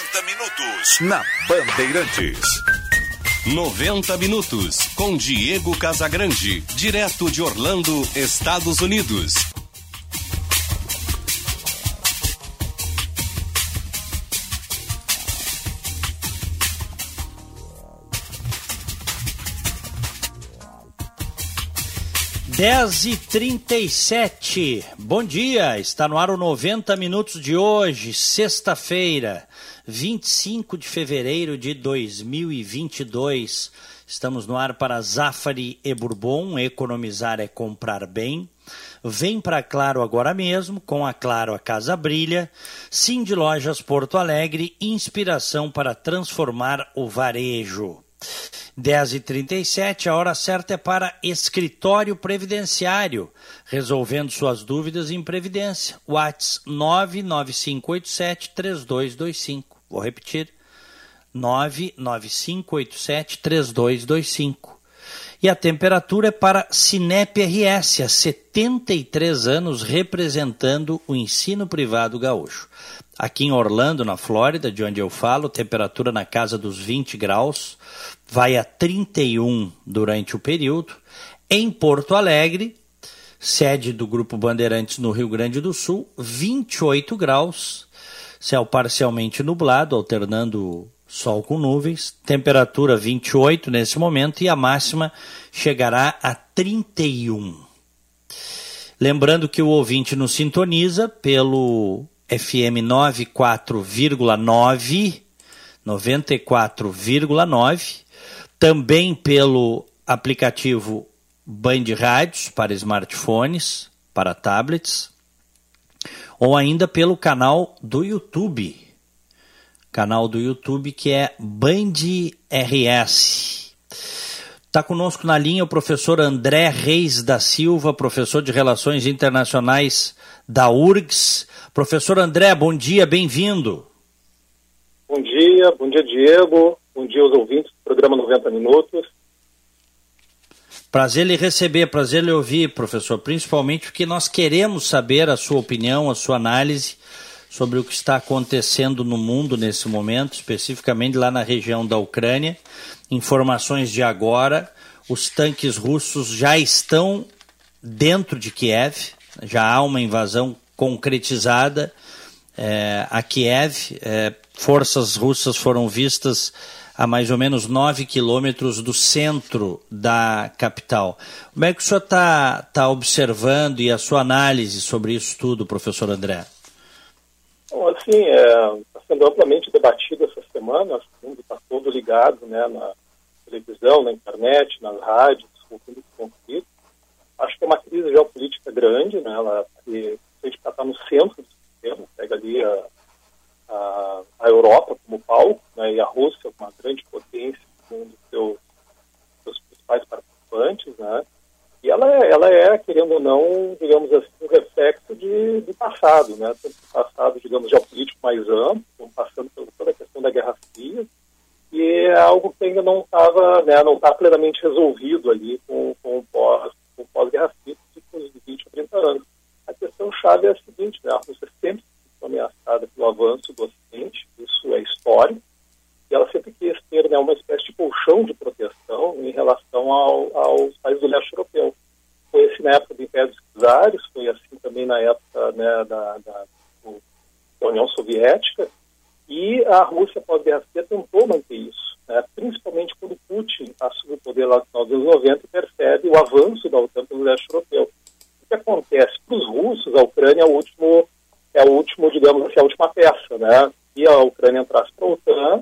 90 minutos na Bandeirantes. 90 minutos com Diego Casagrande, direto de Orlando, Estados Unidos. Dez e 37. Bom dia, está no ar o 90 minutos de hoje, sexta-feira, 25 de fevereiro de 2022. Estamos no ar para Zafari e Bourbon, economizar é comprar bem. Vem para Claro agora mesmo, com a Claro a casa brilha. Sim de Lojas Porto Alegre, inspiração para transformar o varejo. 10h37, a hora certa é para Escritório Previdenciário, resolvendo suas dúvidas em Previdência. WhatsApp 99587-3225. Vou repetir, 99587-3225. E a temperatura é para Cinep RS, há 73 anos representando o ensino privado gaúcho. Aqui em Orlando, na Flórida, de onde eu falo, temperatura na casa dos 20 graus, vai a 31 durante o período. Em Porto Alegre, sede do Grupo Bandeirantes no Rio Grande do Sul, 28 graus, céu parcialmente nublado, alternando sol com nuvens, temperatura 28 nesse momento e a máxima chegará a 31. Lembrando que o ouvinte nos sintoniza pelo FM 94,9, também pelo aplicativo Band Rádios para smartphones, para tablets, ou ainda pelo canal do YouTube que é Band RS. Está conosco na linha o professor André Reis da Silva, professor de Relações Internacionais da URGS. Professor André, bom dia, bem-vindo. Bom dia Diego, bom dia aos ouvintes do programa 90 Minutos. Prazer lhe receber, prazer lhe ouvir, professor, principalmente porque nós queremos saber a sua opinião, a sua análise sobre o que está acontecendo no mundo nesse momento, especificamente lá na região da Ucrânia. Informações de agora, os tanques russos já estão dentro de Kiev, já há uma invasão concretizada a Kiev. Forças russas foram vistas a mais ou menos 9 quilômetros do centro da capital. Como é que o senhor está observando e a sua análise sobre isso tudo, professor André? Bom, assim, está sendo amplamente debatido essa semana, o mundo está todo ligado, né, na televisão, na internet, nas rádios, ouvindo esse conflito. Acho que é uma crise geopolítica grande, né, ela está no centro do sistema, pega ali a Europa como palco, né, e a Rússia, uma grande potência, um dos seus principais participantes, né, e ela é, querendo ou não, digamos assim, um reflexo do passado, né, do passado, digamos, geopolítico mais amplo, passando por toda a questão da Guerra Fria, e é algo que ainda não estava, né, não está plenamente resolvido ali com o pós-Guerra Fria, de 20 ou 30 anos. A questão-chave é a seguinte, né, a Rússia sempre foi ameaçada pelo avanço do Ocidente, isso é histórico, e ela sempre quis ter, né, uma espécie de colchão de proteção em relação aos países do leste europeu. Foi assim na época do Império dos Czares, foi assim também na época, né, da União Soviética, e a Rússia pós-Guerra Fria tentou manter isso, né, principalmente quando Putin assumiu o poder lá no final dos anos 90 e percebe o avanço da OTAN pelo leste europeu. O que acontece? Para os russos, a Ucrânia é o último, digamos assim, a última peça, né? Se a Ucrânia entrasse para a OTAN,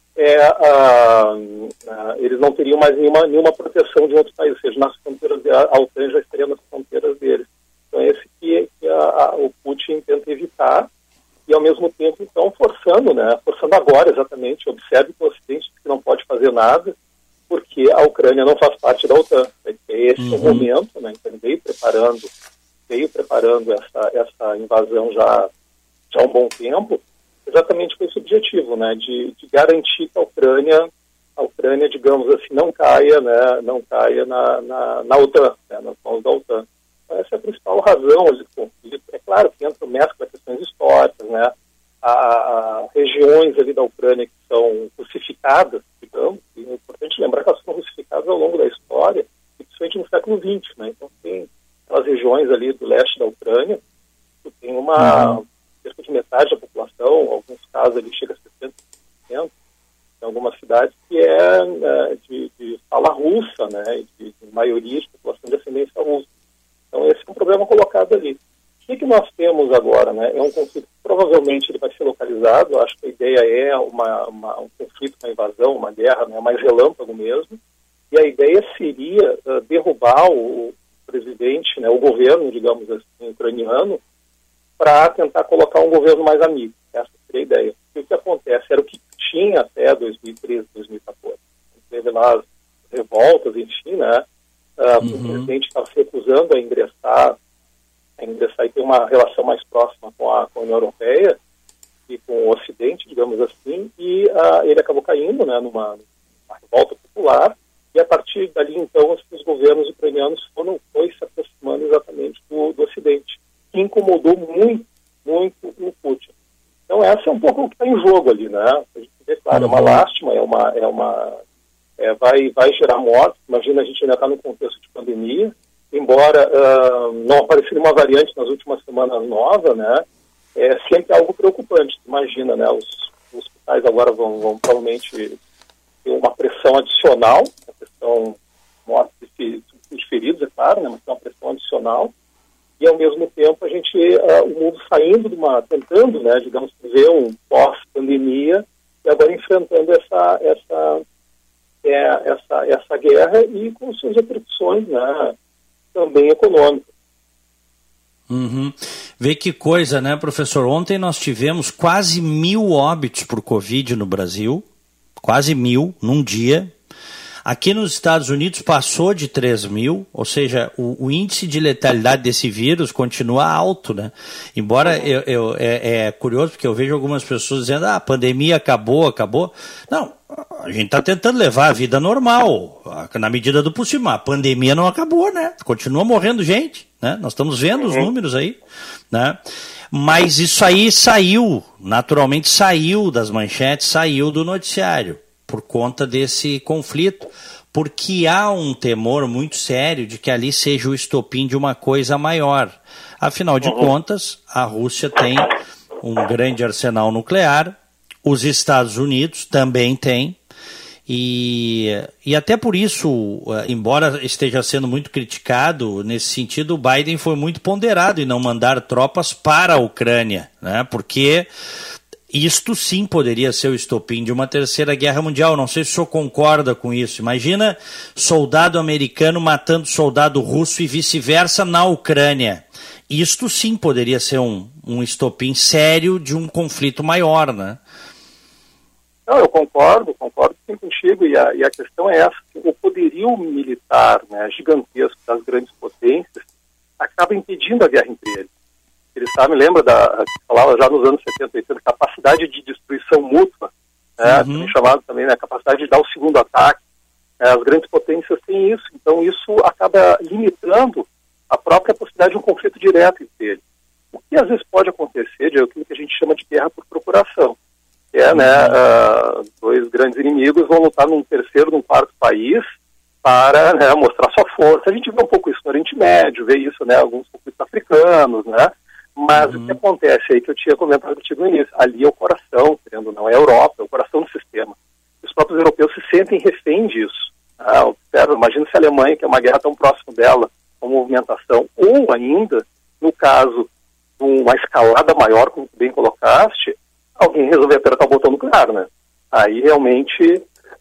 eles não teriam mais nenhuma proteção de outros países, ou seja, nas fronteiras, a OTAN já estaria nas fronteiras deles. Então é esse que o Putin tenta evitar, e ao mesmo tempo, então, forçando agora exatamente, observe que o Ocidente que não pode fazer nada, porque a Ucrânia não faz parte da OTAN. Esse é o momento, né? Então ele veio preparando essa invasão já há um bom tempo, exatamente com esse objetivo, né, de garantir que a Ucrânia, digamos assim, não caia na OTAN, né, nas mãos da OTAN. Então, essa é a principal razão do conflito. É claro que entra mescla questões históricas, né, a regiões ali da Ucrânia que são russificadas, digamos, e é importante lembrar que elas foram russificadas ao longo da história, principalmente no século XX, né? Então tem aquelas regiões ali do leste da Ucrânia, que tem cerca de metade da população, em alguns casos ali chega a 60%, em algumas cidades que é de fala russa, né? De maioria de população de ascendência russa. Então esse é um problema colocado ali. O que nós temos agora, né? É um conflito que provavelmente ele vai ser localizado. Acho que a ideia é um conflito, uma invasão, uma guerra, né? Mais relâmpago mesmo. E a ideia seria derrubar o presidente, né? O governo, digamos assim, ucraniano, para tentar colocar um governo mais amigo. Essa seria a ideia. E o que acontece era o que tinha até 2013, 2014. Teve lá as revoltas, enfim, né? O presidente estava se recusando a ingressar e ter uma relação mais próxima com a União Europeia e com o Ocidente, digamos assim, e ele acabou caindo, né, numa revolta popular, e a partir dali, então, os governos ucranianos foi se aproximando exatamente do Ocidente, que incomodou muito, muito o Putin. Então, essa é um pouco o que está em jogo ali, né? A gente vê, claro, é uma lástima, vai gerar morte. Imagina, a gente ainda está no contexto de pandemia, embora não apareça uma variante nas últimas semanas nova, né, é sempre algo preocupante. Imagina, né, os hospitais agora vão provavelmente ter uma pressão adicional, a pressão morte de feridos, é claro, né, mas tem uma pressão adicional, e ao mesmo tempo a gente, o mundo saindo tentando, né, digamos, ver um pós-pandemia, e agora enfrentando essa guerra e com suas repercussões, né, também econômico. Vê que coisa, né, professor? Ontem nós tivemos quase 1.000 óbitos por Covid no Brasil, quase 1.000 num dia. Aqui nos Estados Unidos passou de 3.000, ou seja, o índice de letalidade desse vírus continua alto, né? Embora é curioso, porque eu vejo algumas pessoas dizendo, a pandemia acabou. Não, a gente está tentando levar a vida normal, na medida do possível. A pandemia não acabou, né? Continua morrendo gente, né? Nós estamos vendo os números aí, né? Mas isso aí naturalmente saiu das manchetes, saiu do noticiário, por conta desse conflito, porque há um temor muito sério de que ali seja o estopim de uma coisa maior. Afinal de contas, a Rússia tem um grande arsenal nuclear, os Estados Unidos também têm, e até por isso, embora esteja sendo muito criticado nesse sentido, o Biden foi muito ponderado em não mandar tropas para a Ucrânia, né? Porque isto sim poderia ser o estopim de uma terceira guerra mundial. Não sei se o senhor concorda com isso. Imagina soldado americano matando soldado russo e vice-versa na Ucrânia. Isto sim poderia ser um estopim sério de um conflito maior, né? Não, eu concordo sim contigo, e a questão é essa: o poderio militar, né, gigantesco das grandes potências acaba impedindo a guerra entre eles. Eles sabem, lembra falava já nos anos 70 e 80, capacidade de destruição mútua, né, também chamado também, né, capacidade de dar o segundo ataque. As grandes potências têm isso, então isso acaba limitando a própria possibilidade de um conflito direto entre eles. O que às vezes pode acontecer é aquilo que a gente chama de guerra por procuração. Dois grandes inimigos vão lutar num terceiro, num quarto país para, né, mostrar sua força. A gente vê um pouco isso no Oriente Médio, vê isso, né, alguns conflitos africanos, né? Mas o que acontece aí, que eu tinha comentado contigo no início, ali é o coração, querendo ou não, é a Europa, é o coração do sistema. Os próprios europeus se sentem refém disso. Imagina se a Alemanha, que é uma guerra tão próxima dela, com movimentação, ou ainda, no caso de uma escalada maior, como bem colocaste, alguém resolver apertar o botão nuclear, né? Aí realmente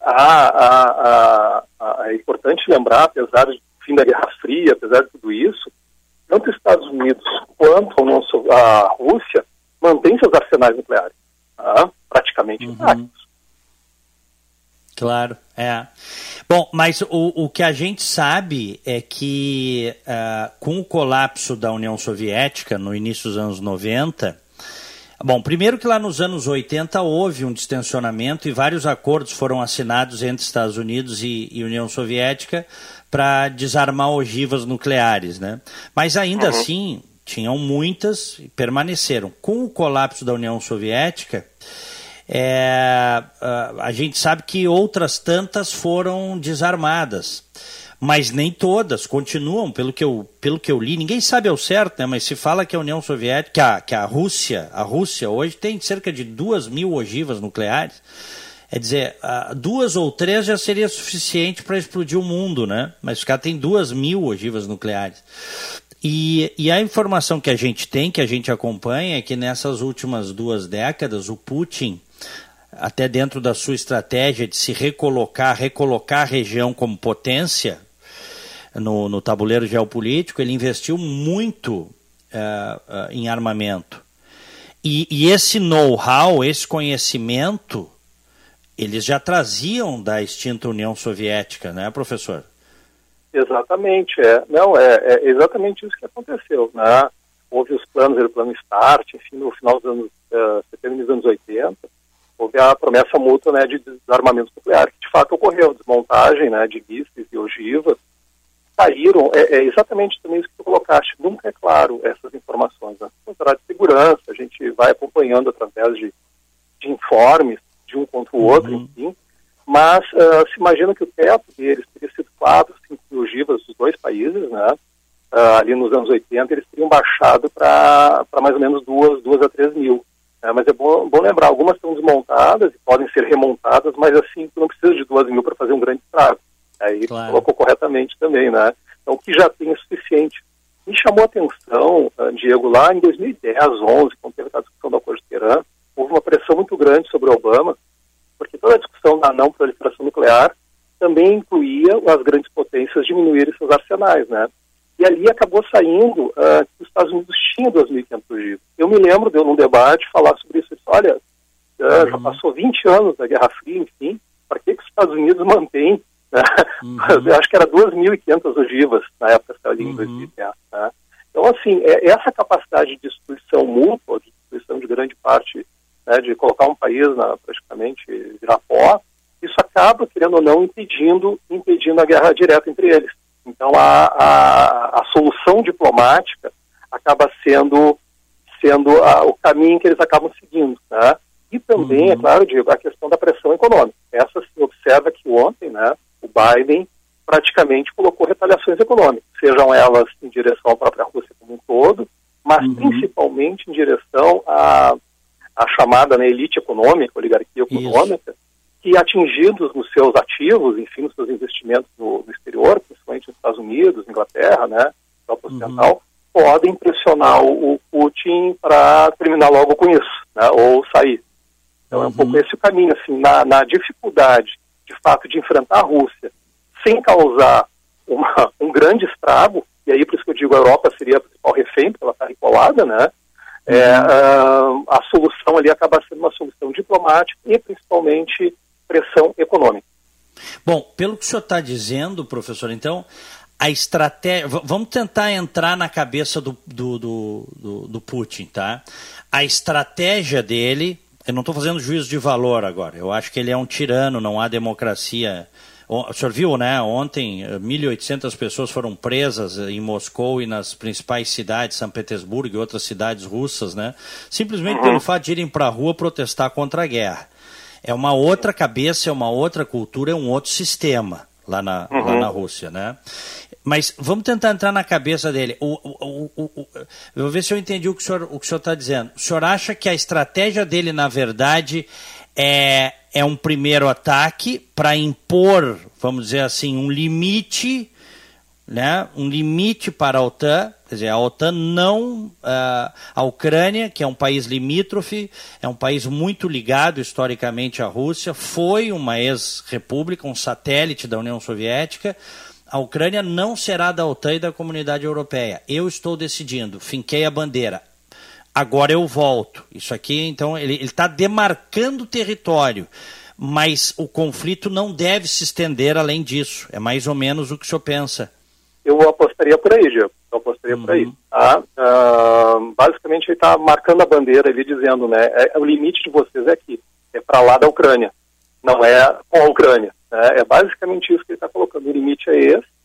é importante lembrar, apesar do fim da Guerra Fria, apesar de tudo isso, tanto os Estados Unidos quanto a Rússia mantêm seus arsenais nucleares, praticamente intactos. Claro, é. Bom, mas o que a gente sabe é que com o colapso da União Soviética no início dos anos 90, bom, primeiro que lá nos anos 80 houve um distensionamento e vários acordos foram assinados entre Estados Unidos e União Soviética para desarmar ogivas nucleares, né? Mas ainda assim, Tinham muitas e permaneceram. Com o colapso da União Soviética, a gente sabe que outras tantas foram desarmadas, mas nem todas continuam, pelo que eu li. Ninguém sabe ao certo, né? Mas se fala que a União Soviética, que a Rússia hoje tem cerca de 2.000 ogivas nucleares. É dizer, 2 ou 3 já seria suficiente para explodir o mundo, né? Mas os caras têm 2.000 ogivas nucleares. E a informação que a gente tem, que a gente acompanha, é que nessas últimas 2 décadas, o Putin, até dentro da sua estratégia de se recolocar a região como potência no tabuleiro geopolítico, ele investiu muito em armamento. E esse know-how, esse conhecimento, eles já traziam da extinta União Soviética, né, professor? Exatamente, Não, é exatamente isso que aconteceu, né? Houve os planos, o plano START, enfim, no final dos anos 70 e dos anos 80, houve a promessa mútua, né, de desarmamento nuclear, que de fato ocorreu, desmontagem, né, de mísseis e ogivas, saíram, exatamente também isso que tu colocaste, nunca é claro essas informações, né? Contrato de segurança, a gente vai acompanhando através de informes, de um contra o outro, enfim, mas se imagina que o teto deles teria sido 4, 5 mil ogivas dos 2 países, né? Ali nos anos 80, eles teriam baixado para mais ou menos 2 a 3 mil. Mas é bom lembrar, algumas estão desmontadas e podem ser remontadas, mas assim, tu não precisa de 2 mil para fazer um grande estrago. Aí claro. Colocou corretamente também, né? Então, o que já tem é suficiente. Me chamou a atenção, Diego, lá em 2010, 11, quando teve a discussão do Acordo de Teherã, houve uma pressão muito grande sobre o Obama, porque toda a discussão da não proliferação nuclear também incluía as grandes potências diminuírem seus arsenais, né? E ali acabou saindo que os Estados Unidos tinham 2.500 ogivas. Eu me lembro de eu num debate falar sobre isso. Eu disse, olha, já passou 20 anos da Guerra Fria, enfim, para que os Estados Unidos mantêm? Né? Eu acho que era 2.500 ogivas na época ali em 2010. Né? Então, assim, essa capacidade de destruição mútua, de destruição de grande parte, né, de colocar um país praticamente virar pó, isso acaba, querendo ou não, impedindo a guerra direta entre eles. Então, a solução diplomática acaba sendo o caminho que eles acabam seguindo, né? E também, é claro, Diego, a questão da pressão econômica. Essa se observa que ontem, né, o Biden praticamente colocou retaliações econômicas, sejam elas em direção à própria Rússia como um todo, mas principalmente em direção à chamada, né, elite econômica, oligarquia econômica, que atingidos nos seus ativos, enfim, nos seus investimentos no exterior, principalmente nos Estados Unidos, Inglaterra, né, Europa Ocidental, podem pressionar o Putin para terminar logo com isso, né, ou sair. Então é um pouco esse o caminho, assim, na dificuldade, de fato, de enfrentar a Rússia sem causar um grande estrago, e aí por isso que eu digo a Europa seria a principal refém, porque ela está recolada, né, a solução ali acaba sendo uma solução diplomática e principalmente pressão econômica. Bom, pelo que o senhor está dizendo, professor, então, a estratégia... Vamos tentar entrar na cabeça do Putin, tá? A estratégia dele... Eu não estou fazendo juízo de valor agora. Eu acho que ele é um tirano, não há democracia. O senhor viu, né? Ontem, 1.800 pessoas foram presas em Moscou e nas principais cidades, São Petersburgo e outras cidades russas, né? Simplesmente pelo fato de irem para a rua protestar contra a guerra. É uma outra cabeça, é uma outra cultura, é um outro sistema lá na Rússia, né? Mas vamos tentar entrar na cabeça dele. Eu vou ver se eu entendi o que o senhor está dizendo. O senhor acha que a estratégia dele, na verdade, é um primeiro ataque para impor, vamos dizer assim, um limite, né? Um limite para a OTAN. Quer dizer, a OTAN não... a Ucrânia, que é um país limítrofe, é um país muito ligado historicamente à Rússia, foi uma ex-república, um satélite da União Soviética. A Ucrânia não será da OTAN e da Comunidade Europeia. Eu estou decidindo, finquei a bandeira. Agora eu volto. Isso aqui, então, ele está demarcando território, mas o conflito não deve se estender além disso. É mais ou menos o que o senhor pensa. Eu apostaria por aí, Diego. Eu apostaria por aí. Tá? Basicamente, ele está marcando a bandeira ali, dizendo, né, o limite de vocês é aqui. É para lá da Ucrânia. Não é com a Ucrânia. É basicamente isso que ele está colocando. O limite é esse.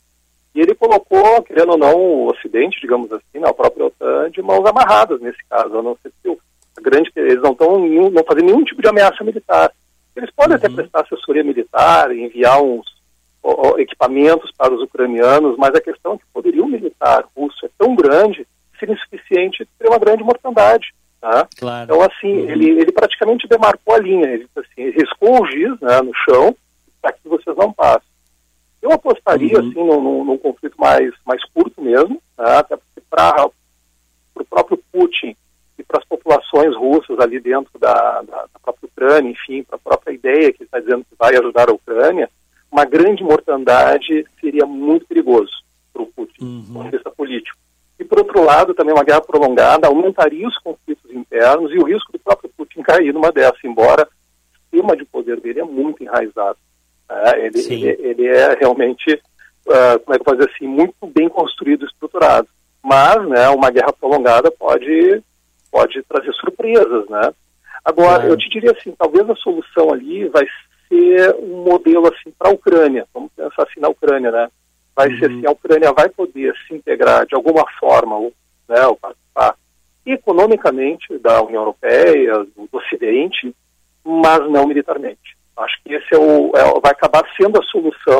E ele colocou, querendo ou não, o Ocidente, digamos assim, a própria OTAN, de mãos amarradas nesse caso. Eu não sei se eles não fazem nenhum tipo de ameaça militar. Eles podem até prestar assessoria militar, enviar uns equipamentos para os ucranianos, mas a questão é que o poderio militar russo é tão grande que seria insuficiente ter uma grande mortandade. Tá? Claro. Então, assim, ele praticamente demarcou a linha, ele riscou o giz, né, no chão, para que vocês não passem. Eu apostaria, assim, num conflito mais curto mesmo, tá? Até porque para o próprio Putin e para as populações russas ali dentro da própria Ucrânia, enfim, para a própria ideia que ele está dizendo que vai ajudar a Ucrânia, uma grande mortandade seria muito perigoso para o Putin, do ponto de vista político. E, por outro lado, também uma guerra prolongada aumentaria os conflitos internos e o risco do próprio Putin cair numa dessa, embora o sistema de poder dele é muito enraizado. Ele é realmente, como é que eu vou dizer assim, muito bem construído e estruturado. Mas, né, uma guerra prolongada pode trazer surpresas, né? Agora, eu te diria assim, talvez a solução ali vai ser um modelo assim para a Ucrânia. Vamos pensar assim na Ucrânia, né? Vai ser assim, a Ucrânia vai poder se integrar de alguma forma, né, ou participar economicamente da União Europeia, do Ocidente, mas não militarmente. Acho que esse vai acabar sendo a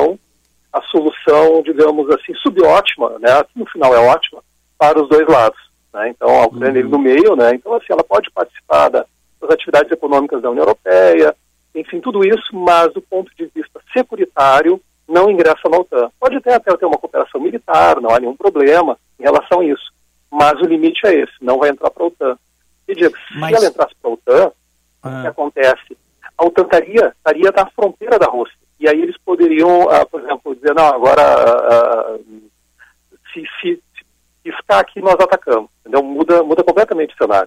solução, digamos assim, subótima, né, que no final é ótima, para os dois lados. Né? Então, a Ucrânia no meio, né, então assim, ela pode participar das atividades econômicas da União Europeia, enfim, tudo isso, mas do ponto de vista securitário, não ingressa na OTAN. Pode até ter uma cooperação militar, não há nenhum problema em relação a isso, mas o limite é esse, não vai entrar para a OTAN. E digo, se ela entrasse para a OTAN, o que acontece? A OTAN estaria na fronteira da Rússia. E aí eles poderiam, por exemplo, dizer, não, agora, se ficar aqui, nós atacamos. Entendeu? Muda completamente o cenário.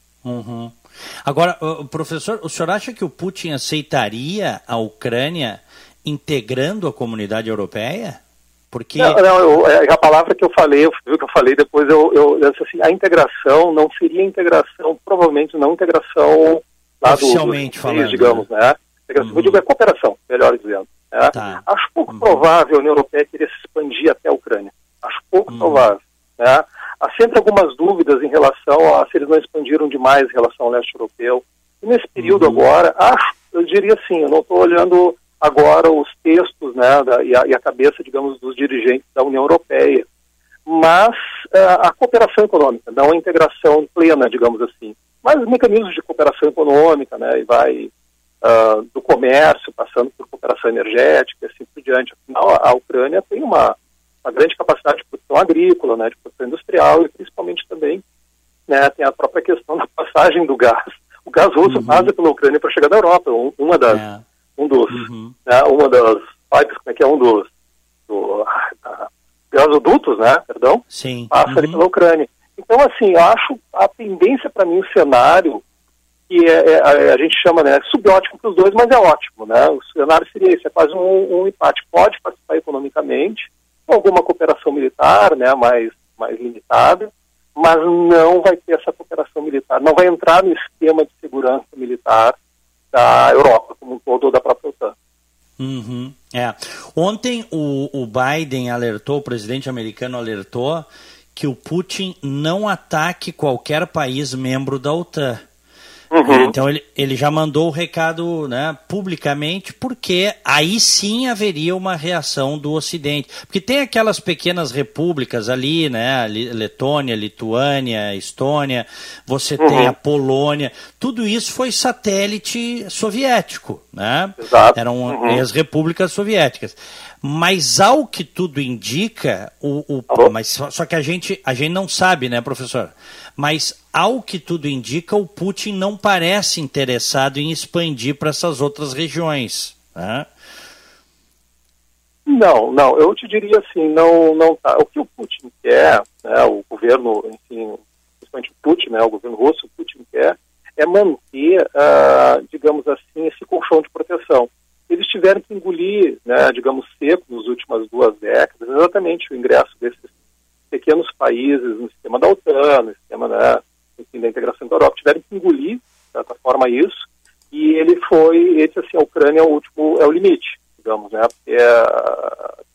Agora, professor, o senhor acha que o Putin aceitaria a Ucrânia integrando a comunidade europeia? Porque... a palavra que eu falei, depois eu disse assim, a integração não seria integração, provavelmente não integração lá oficialmente falando, digamos, né? Eu digo cooperação, melhor dizendo. Né? Tá. Acho pouco provável a União Europeia querer se expandir até a Ucrânia. Acho pouco provável. Né? Há sempre algumas dúvidas em relação a se eles não expandiram demais em relação ao leste europeu. E nesse período agora, eu diria assim, eu não estou olhando agora os textos, né, e a cabeça, digamos, dos dirigentes da União Europeia, mas a cooperação econômica, não a integração plena, digamos assim, mas os mecanismos de cooperação econômica, né, e vai do comércio, passando por cooperação energética e assim por diante. Afinal, a Ucrânia tem uma grande capacidade de produção agrícola, né, de produção industrial e principalmente também, né, tem a própria questão da passagem do gás. O gás russo passa pela Ucrânia para chegar da Europa, uma das pipes, como é que é, gasodutos, né, perdão, Sim. Passa ali pela Ucrânia. Então, assim, eu acho a tendência para mim, o cenário, que a gente chama, né, subótico para os dois, mas é ótimo, né, o cenário seria esse, é quase um empate, pode participar economicamente, com alguma cooperação militar, né, mais limitada, mas não vai ter essa cooperação militar, não vai entrar no esquema de segurança militar da Europa como um todo, ou da própria OTAN. Ontem o Biden alertou, o presidente americano alertou que o Putin não ataque qualquer país membro da OTAN. Então ele já mandou o recado, né, publicamente, porque aí sim haveria uma reação do Ocidente. Porque tem aquelas pequenas repúblicas ali, né, Letônia, Lituânia, Estônia, você tem a Polônia, tudo isso foi satélite soviético, né? Exato. Eram as repúblicas soviéticas. Mas ao que tudo indica, mas só que a gente não sabe, né, professor? Mas ao que tudo indica, o Putin não parece interessado em expandir para essas outras regiões, né? Não, eu te diria assim, não tá. O que o Putin quer, né, o governo, enfim, principalmente o Putin, né, o governo russo, o Putin quer é manter, digamos assim, esse colchão de proteção. Eles tiveram que engolir, né, digamos, seco nas últimas 2 décadas, exatamente o ingresso desses pequenos países no sistema da OTAN, no sistema, né, enfim, da integração da Europa, tiveram que engolir, de certa forma, isso, e a Ucrânia é o limite, digamos, né, porque pelo peso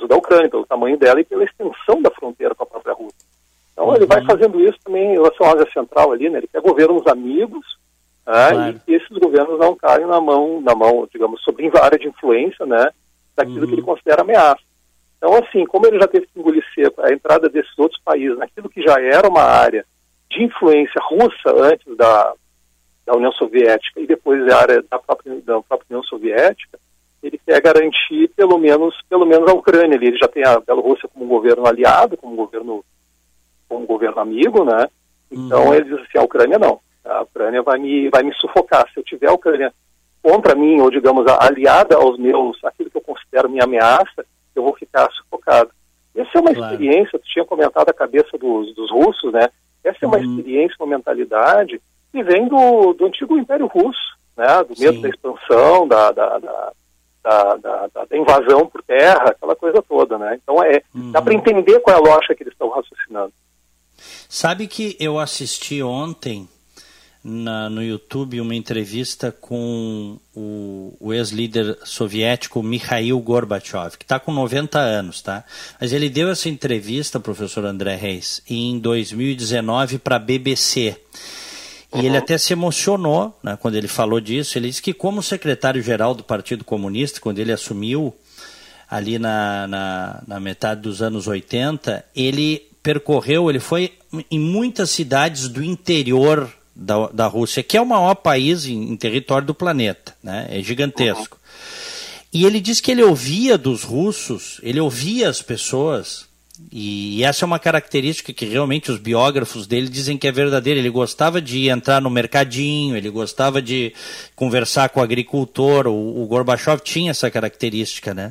da Ucrânia, pelo tamanho dela e pela extensão da fronteira com a própria Rússia. Então ele vai fazendo isso também em relação à Ásia Central ali, né? Ele quer governos amigos, claro, e que esses governos não caem na mão, digamos, sobre a área de influência, né, daquilo que ele considera ameaça. Então, assim, como ele já teve que engolir seco a entrada desses outros países naquilo que já era uma área de influência russa antes da União Soviética e depois a área da própria União Soviética, ele quer garantir pelo menos a Ucrânia ali. Ele já tem a Bielorrússia como um governo aliado, como um governo amigo, né? Então ele diz assim, a Ucrânia não. A Ucrânia vai me sufocar. Se eu tiver a Ucrânia contra mim, ou digamos, aliada aos meus, aquilo que eu considero minha ameaça, eu vou ficar sufocado. Essa é uma experiência, tu tinha comentado a cabeça dos russos, né? Essa é uma experiência, uma mentalidade que vem do antigo Império Russo, né? Do medo da expansão, da invasão por terra, aquela coisa toda, né? Então dá para entender qual é a lógica que eles estão raciocinando. Sabe que eu assisti ontem no YouTube uma entrevista com o ex-líder soviético Mikhail Gorbachev, que está com 90 anos, tá? Mas ele deu essa entrevista, professor André Reis, em 2019 para a BBC. E ele até se emocionou, né, quando ele falou disso. Ele disse que como secretário-geral do Partido Comunista, quando ele assumiu ali na metade dos anos 80, ele foi em muitas cidades do interior da Rússia, que é o maior país em território do planeta, né? É gigantesco. E ele diz que ele ouvia dos russos, ele ouvia as pessoas, e essa é uma característica que realmente os biógrafos dele dizem que é verdadeira. Ele gostava de entrar no mercadinho, ele gostava de conversar com o agricultor, o Gorbachev tinha essa característica, né?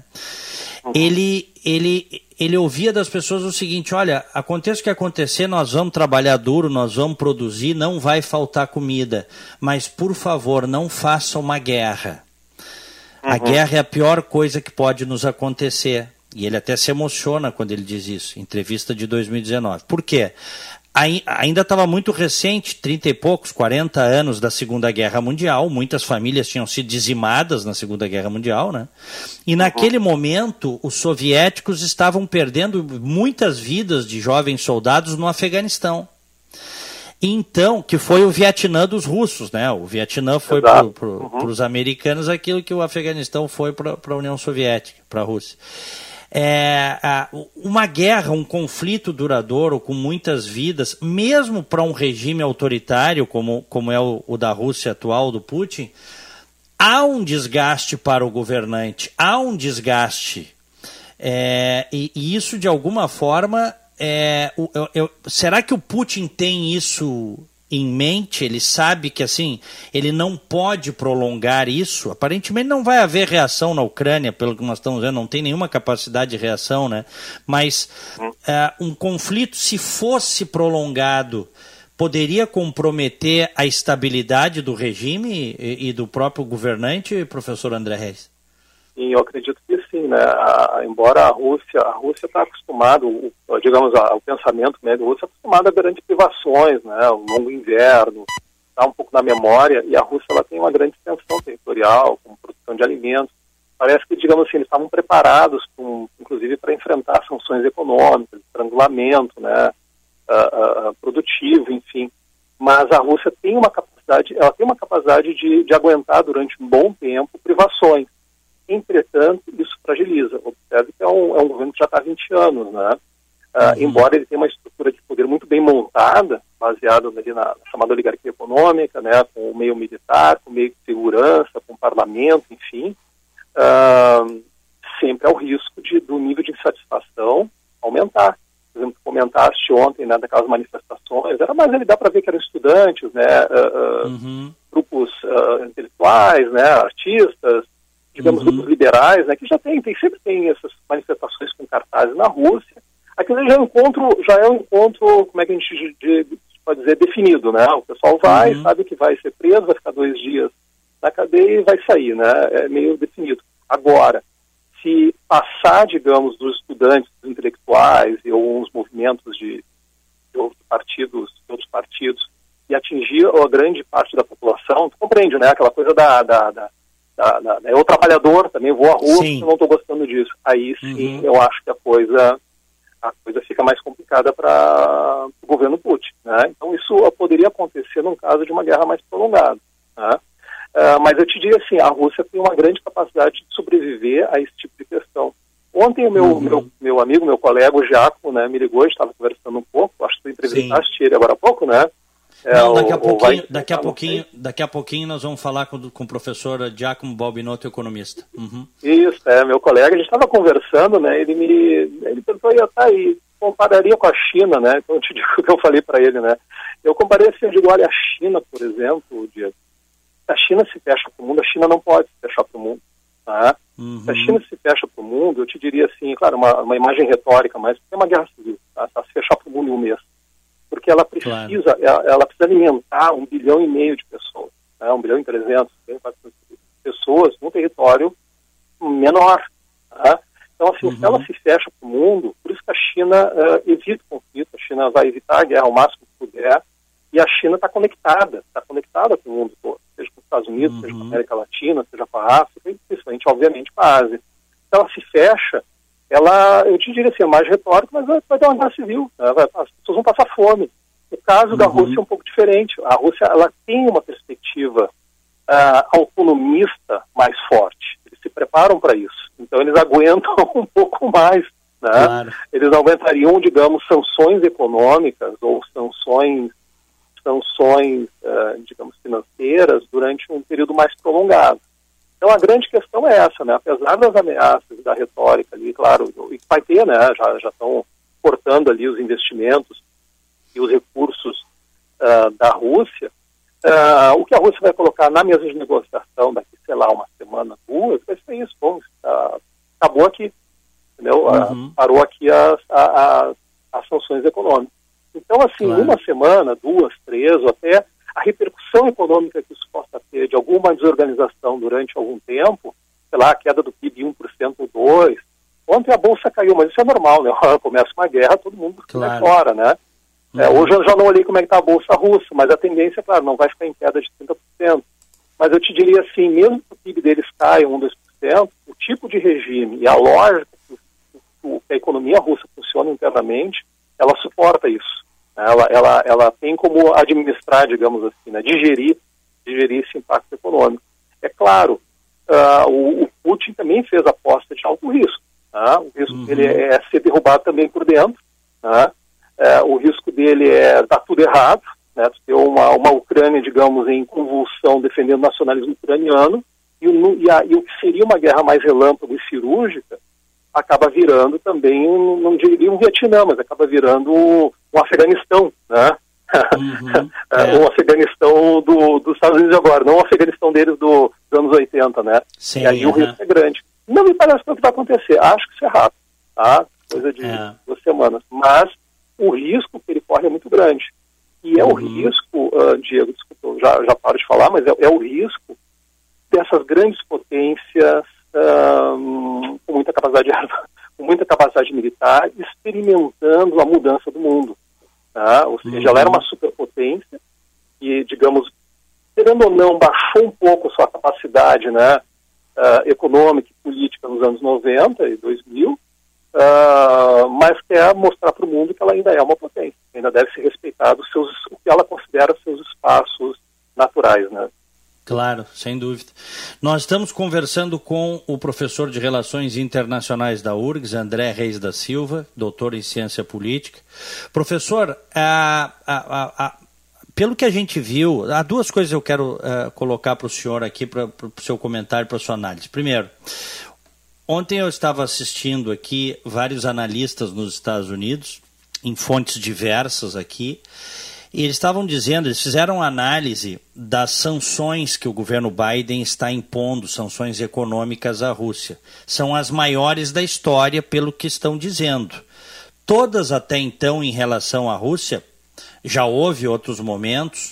Ele ouvia das pessoas o seguinte: olha, aconteça o que acontecer, nós vamos trabalhar duro, nós vamos produzir, não vai faltar comida, mas por favor, não faça uma guerra. A guerra é a pior coisa que pode nos acontecer. E ele até se emociona quando ele diz isso, entrevista de 2019. Por quê? Ainda estava muito recente, 30 e poucos, 40 anos da Segunda Guerra Mundial, muitas famílias tinham sido dizimadas na Segunda Guerra Mundial, né? E naquele momento, os soviéticos estavam perdendo muitas vidas de jovens soldados no Afeganistão. Então, que foi o Vietnã dos russos, né? O Vietnã foi para os americanos aquilo que o Afeganistão foi para a União Soviética, para a Rússia. Uma guerra, um conflito duradouro com muitas vidas, mesmo para um regime autoritário como é o da Rússia atual, do Putin, há um desgaste para o governante, há um desgaste. E isso, de alguma forma, será que o Putin tem isso em mente? Ele sabe que assim ele não pode prolongar isso. Aparentemente não vai haver reação na Ucrânia, pelo que nós estamos vendo, não tem nenhuma capacidade de reação, né? Mas um conflito, se fosse prolongado, poderia comprometer a estabilidade do regime e do próprio governante, professor André Reis? Sim, eu acredito que sim, né? Embora a Rússia está acostumada, digamos, o pensamento médio russo é acostumado a grandes privações, né? O longo inverno, está um pouco na memória, e a Rússia ela tem uma grande extensão territorial, com produção de alimentos. Parece que, digamos assim, eles estavam preparados, inclusive, para enfrentar sanções econômicas, estrangulamento, né? Produtivo, enfim. Mas a Rússia tem uma capacidade de aguentar durante um bom tempo privações. Entretanto, isso fragiliza. Observe que é um governo que já está há 20 anos, né? Embora ele tenha uma estrutura de poder muito bem montada, baseada ali na chamada oligarquia econômica, né? Com o meio militar, com o meio de segurança, com o parlamento, enfim, sempre há o risco do nível de insatisfação aumentar. Por exemplo, comentaste ontem, né, daquelas manifestações, mas ele dá para ver que eram estudantes, né? Grupos intelectuais, né? Artistas, digamos, grupos liberais, né, que sempre tem essas manifestações com cartazes na Rússia. Aquilo já é um encontro, como é que a gente pode dizer, definido, né? O pessoal vai, sabe que vai ser preso, vai ficar 2 dias na cadeia e vai sair, né? É meio definido. Agora, se passar, digamos, dos estudantes, dos intelectuais e alguns movimentos de outros partidos e atingir a grande parte da população, tu compreende, né? Aquela coisa eu trabalhador, também vou à rua, Sim. eu não estou gostando disso. Aí sim, eu acho que a coisa fica mais complicada para o governo Putin, né? Então isso poderia acontecer num caso de uma guerra mais prolongada, né? Mas eu te diria assim, a Rússia tem uma grande capacidade de sobreviver a esse tipo de questão. Ontem o meu amigo, meu colega, o Giacomo, né, me ligou, a gente estava conversando um pouco, acho que tu entrevistaste ele agora há pouco, né? Não, daqui a pouquinho nós vamos falar com o professor Giacomo Balbinotto, economista. Isso, meu colega, a gente estava conversando, né, ele perguntou, aí, compararia com a China, né, então eu te digo o que eu falei para ele, né, eu comparei assim, eu digo, olha, a China, por exemplo, Diego, se a China se fecha para o mundo, a China não pode se fechar para o mundo, tá? Se a China se fecha para o mundo, eu te diria assim, claro, uma imagem retórica, mas é uma guerra civil, tá? Se fechar para o mundo em um mês. Porque ela precisa, ela precisa alimentar 1,5 bilhão de pessoas, né? 1,3 bilhão, 400 pessoas num território menor. Tá? Então, assim, se ela se fecha para o mundo, por isso que a China evita o conflito, a China vai evitar a guerra o máximo que puder, e a China está conectada com o mundo todo, seja com os Estados Unidos, seja com a América Latina, seja com a África, e principalmente, obviamente, com a Ásia. Se ela se fecha, eu te diria assim, é mais retórico, mas vai ter uma guerra civil, né? As pessoas vão passar fome. O caso da Rússia é um pouco diferente. A Rússia, ela tem uma perspectiva autonomista mais forte. Eles se preparam para isso. Então, eles aguentam um pouco mais, né? Claro. Eles não aguentariam, digamos, sanções econômicas ou sanções digamos, financeiras durante um período mais prolongado. Então, a grande questão é essa, né? Apesar das ameaças da retórica ali, claro, e vai ter, né? Já estão cortando ali os investimentos e os recursos da Rússia. O que a Rússia vai colocar na mesa de negociação daqui, sei lá, uma semana, duas, vai ser isso. Bom, acabou aqui, entendeu? Parou aqui as sanções econômicas. Então, assim, uma semana, duas, três, ou até a repercussão econômica que isso possa ter de alguma desorganização durante algum tempo, sei lá, a queda do PIB 1% ou 2%. Ontem a Bolsa caiu, mas isso é normal, né? Começa uma guerra, todo mundo vai fora, né? Hoje eu já não olhei como é que está a Bolsa russa, mas a tendência, claro, não vai ficar em queda de 30%. Mas eu te diria assim, mesmo que o PIB deles caia 1%, 2%, o tipo de regime e a lógica que a economia russa funciona internamente, ela suporta isso. Ela tem como administrar, digamos assim, né, digerir esse impacto econômico. É claro, o Putin também fez aposta de alto risco. Tá? O risco dele é ser derrubado também por dentro. Tá? O risco dele é dar tudo errado, né, ter uma Ucrânia, digamos, em convulsão defendendo o nacionalismo ucraniano, e o que seria uma guerra mais relâmpago e cirúrgica acaba virando também, não diria um Vietnã, mas acaba virando um Afeganistão, né? Um Afeganistão dos Estados Unidos agora, não o Afeganistão deles dos anos 80, né? Sim, e aí o risco é grande. Não me parece que é o que vai acontecer, acho que isso é rápido, tá? Coisa de 2 semanas, mas o risco que ele corre é muito grande. E é o risco, Diego, desculpa, já paro de falar, mas é o risco dessas grandes potências com muita capacidade militar, experimentando a mudança do mundo. Tá? Ou seja, ela era uma superpotência e, digamos, querendo ou não, baixou um pouco a sua capacidade, né, econômica e política nos anos 90 e 2000, mas quer mostrar para o mundo que ela ainda é uma potência, ainda deve ser respeitado o que ela considera seus espaços naturais, né? Claro, sem dúvida. Nós estamos conversando com o professor de Relações Internacionais da URGS, André Reis da Silva, doutor em Ciência Política. Professor, pelo que a gente viu, há 2 coisas que eu quero colocar para o senhor aqui, para o seu comentário, para a sua análise. Primeiro, ontem eu estava assistindo aqui vários analistas nos Estados Unidos, em fontes diversas aqui, e eles estavam dizendo, eles fizeram análise das sanções que o governo Biden está impondo, sanções econômicas à Rússia. São as maiores da história, pelo que estão dizendo. Todas até então em relação à Rússia, já houve outros momentos,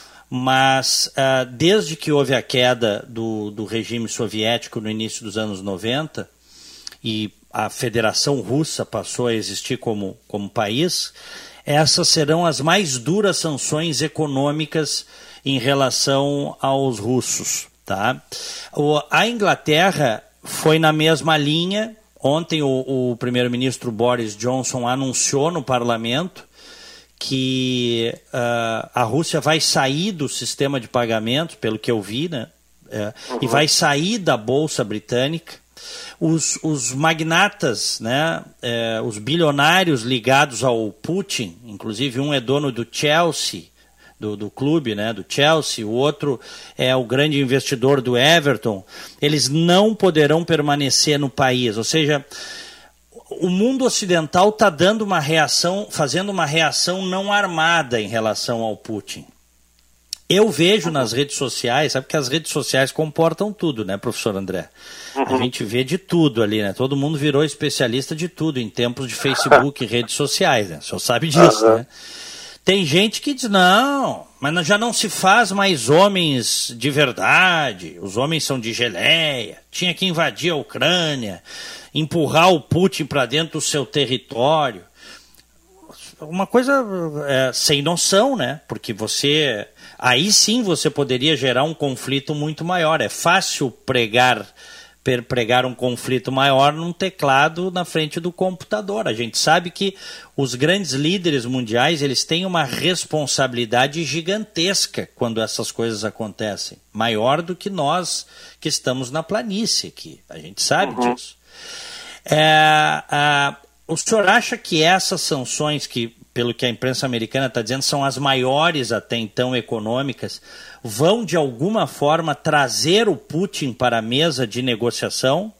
mas desde que houve a queda do regime soviético no início dos anos 90, e a Federação Russa passou a existir como país, essas serão as mais duras sanções econômicas em relação aos russos. Tá? A Inglaterra foi na mesma linha. Ontem o primeiro-ministro Boris Johnson anunciou no parlamento que a Rússia vai sair do sistema de pagamentos, pelo que eu vi, né? E vai sair da Bolsa Britânica. Os magnatas, né? Os bilionários ligados ao Putin, inclusive um é dono do Chelsea, do clube, né, do Chelsea, o outro é o grande investidor do Everton, eles não poderão permanecer no país. Ou seja, o mundo ocidental está dando uma reação, fazendo uma reação não armada em relação ao Putin. Eu vejo nas redes sociais, sabe que as redes sociais comportam tudo, né, professor André? A gente vê de tudo ali, né? Todo mundo virou especialista de tudo em tempos de Facebook e redes sociais, né? O senhor sabe disso, né? Tem gente que diz, não, mas já não se faz mais homens de verdade, os homens são de geleia, tinha que invadir a Ucrânia, empurrar o Putin para dentro do seu território. Uma coisa sem noção, né? Porque aí sim você poderia gerar um conflito muito maior. É fácil pregar um conflito maior num teclado na frente do computador. A gente sabe que os grandes líderes mundiais, eles têm uma responsabilidade gigantesca quando essas coisas acontecem, maior do que nós que estamos na planície aqui. A gente sabe disso. O senhor acha que essas sanções, que pelo que a imprensa americana está dizendo, são as maiores até então econômicas, vão de alguma forma trazer o Putin para a mesa de negociação?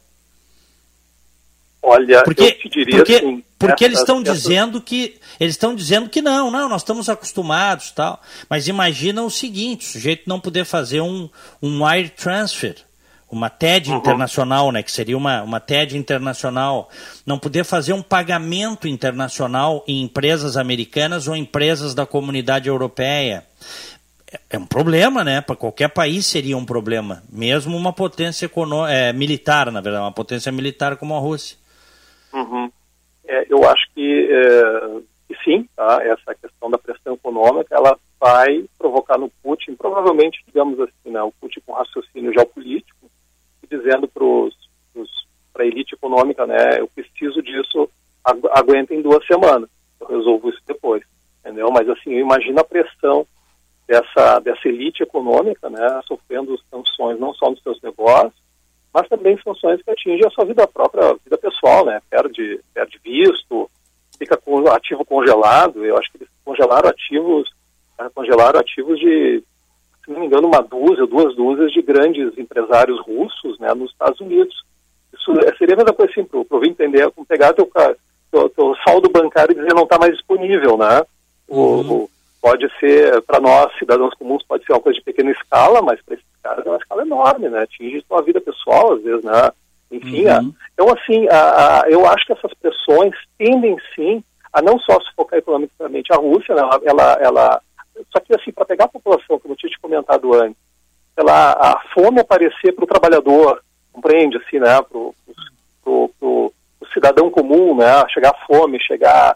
Olha, eu te diria assim... Porque eles estão dizendo que não, nós estamos acostumados, tal. Mas imagina o seguinte, o sujeito não poder fazer um wire transfer, uma TED internacional, né, que seria uma TED internacional, não poder fazer um pagamento internacional em empresas americanas ou empresas da comunidade europeia. É um problema, né? Para qualquer país seria um problema, mesmo uma potência militar, na verdade, uma potência militar como a Rússia. Eu acho que sim, tá? Essa questão da pressão econômica, ela vai provocar no Putin, provavelmente, digamos assim, né, o Putin com raciocínio geopolítico, dizendo para a elite econômica, né, eu preciso disso, aguentem 2 semanas, eu resolvo isso depois, entendeu? Mas assim, eu imagino a pressão dessa elite econômica, né, sofrendo sanções não só nos seus negócios, mas também sanções que atingem a sua própria vida pessoal, né, perde visto, fica com ativo congelado. Eu acho que eles congelaram ativos de, se não me engano, 2 dúzias de grandes empresários russos, né, nos Estados Unidos. Isso seria a mesma coisa assim, para eu entender, como pegar teu saldo bancário e dizer não está mais disponível, né? Pode ser, para nós, cidadãos comuns, pode ser uma coisa de pequena escala, mas para esses caras é uma escala enorme, né? Atinge sua vida pessoal, às vezes, né? Enfim, então, assim, eu acho que essas pressões tendem, sim, a não só sufocar economicamente a Rússia, né? Só que, assim, para pegar a população, como eu tinha te comentado antes, a fome aparecer para o trabalhador, compreende, assim, né? Pro cidadão comum, né? Chegar a fome, chegar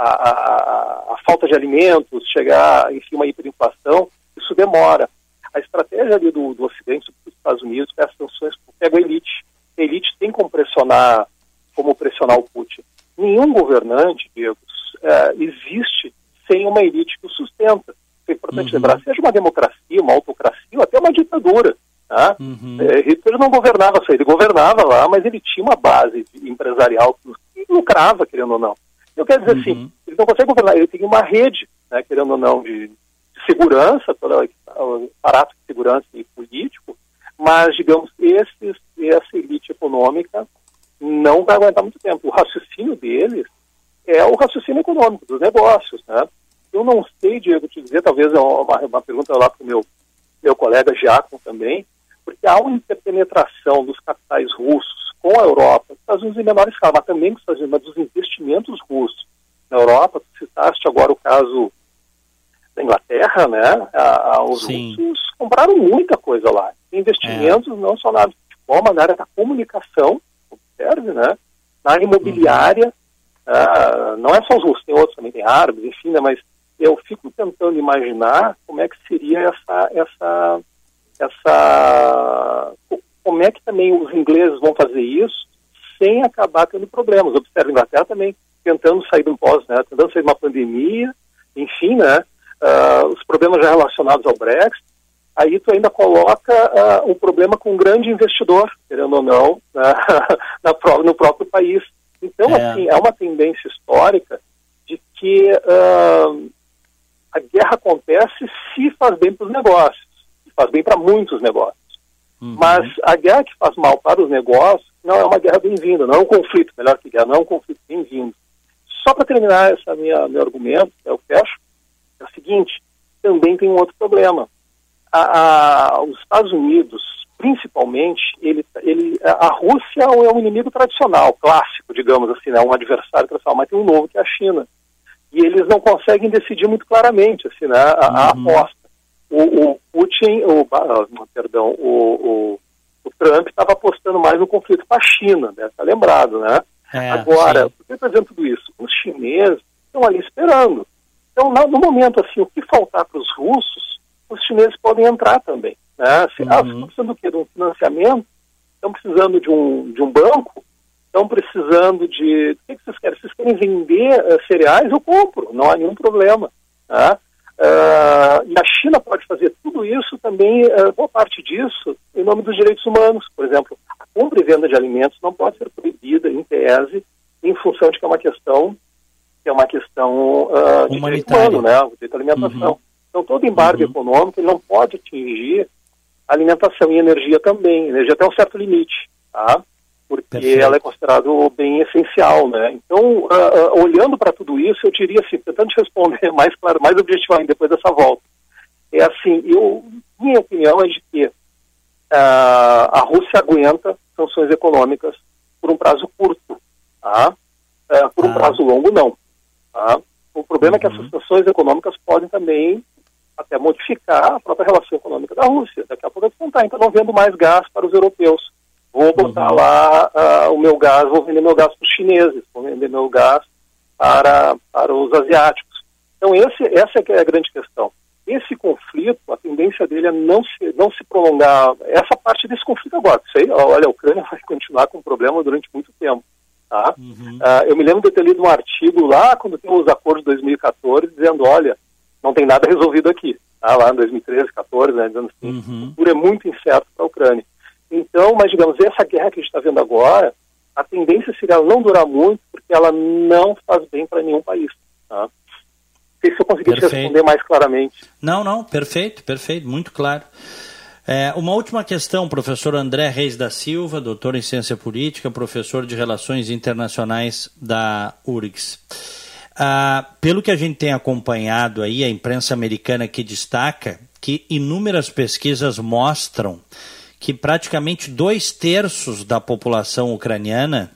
a falta de alimentos, chegar, enfim, uma hiperinflação, isso demora. A estratégia ali do Ocidente, dos Estados Unidos, com essas sanções, pega a elite. A elite tem como pressionar o Putin. Nenhum governante, Diego, existe sem uma elite que o sustenta. É importante lembrar, seja uma democracia, uma autocracia, ou até uma ditadura. Tá? Hitler não governava só, ele governava lá, mas ele tinha uma base empresarial que lucrava, querendo ou não. Eu quero dizer assim, ele não consegue governar, ele tem uma rede, né, querendo ou não, de segurança, todo o aparato de segurança e político, mas, digamos, essa elite econômica não vai aguentar muito tempo. O raciocínio deles é o raciocínio econômico, dos negócios, né? Eu não sei, Diego, te dizer, talvez é uma pergunta lá para o meu colega Giacomo também, porque há uma interpenetração dos capitais russos com a Europa, os Estados Unidos em menor escala, mas também com os Estados Unidos, mas dos investimentos russos na Europa. Tu citaste agora o caso da Inglaterra, né? Os russos compraram muita coisa lá. Tem investimentos não só na área de futebol, mas na área da comunicação, observe, né? Na área imobiliária, não é só os russos, tem outros também, tem árabes, enfim, né? Mas eu fico tentando imaginar como é que seria essa também os ingleses vão fazer isso sem acabar tendo problemas. Observe a Inglaterra também tentando sair de um tentando sair de uma pandemia, enfim, né? Os problemas já relacionados ao Brexit. Aí tu ainda coloca um problema com um grande investidor, querendo ou não, no próprio país. Então, assim, é uma tendência histórica de que a guerra acontece se faz bem para os negócios, se faz bem para muitos negócios. Mas a guerra que faz mal para os negócios não é uma guerra bem-vinda, não é um conflito, melhor que guerra, não é um conflito bem-vindo. Só para terminar meu argumento, eu fecho, é o seguinte, também tem um outro problema. Os Estados Unidos, principalmente, a Rússia é um inimigo tradicional, clássico, digamos assim, né, um adversário tradicional, mas tem um novo que é a China. E eles não conseguem decidir muito claramente assim, né, a aposta. O Putin, o Trump estava apostando mais no conflito com a China, né, tá lembrado, né? Agora, por que eu estou dizendo tudo isso? Os chineses estão ali esperando. Então, no momento, assim, o que faltar para os russos, os chineses podem entrar também. Né? Estão precisando do quê? De um financiamento? Estão precisando de um banco? Estão precisando de... O que vocês querem? Vocês querem vender cereais? Eu compro, não há nenhum problema. Tá? E a China pode fazer tudo isso também, boa parte disso, em nome dos direitos humanos. Por exemplo, a compra e venda de alimentos não pode ser proibida, em tese, em função de que é uma questão de direito humano, né? O direito à alimentação. Então, todo embargo econômico ele não pode atingir a alimentação e energia também. Energia até um certo limite, tá? Porque ela é considerada bem essencial, né? Então, olhando para tudo isso, eu diria assim, tentando te responder mais claro, mais objetivamente depois dessa volta, é assim, minha opinião é de que a Rússia aguenta sanções econômicas por um prazo curto, tá? Por um prazo longo, não. Tá? O problema é que essas sanções econômicas podem também até modificar a própria relação econômica da Rússia. Daqui a pouco eles vão estar, então, não vendo mais gás para os europeus. Vou botar lá o meu gás, vou vender meu gás para os chineses, vou vender meu gás para os asiáticos. Então, essa é que é a grande questão. Esse conflito, a tendência dele é não se prolongar. Essa parte desse conflito agora. Isso aí, olha, a Ucrânia vai continuar com o problema durante muito tempo. Tá? Eu me lembro de ter lido um artigo lá, quando tem os acordos de 2014, dizendo, olha, não tem nada resolvido aqui. Tá? Lá em 2013, 2014, né, dizendo assim, o futuro é muito incerto para a Ucrânia. Então, mas digamos, essa guerra que a gente está vendo agora, a tendência seria ela não durar muito, porque ela não faz bem para nenhum país. Tá? Não sei se eu consegui te responder mais claramente. Não, perfeito, muito claro. Uma última questão, professor André Reis da Silva, doutor em Ciência Política, professor de Relações Internacionais da URGS. Pelo que a gente tem acompanhado aí, a imprensa americana que destaca que inúmeras pesquisas mostram que praticamente 2/3 da população ucraniana,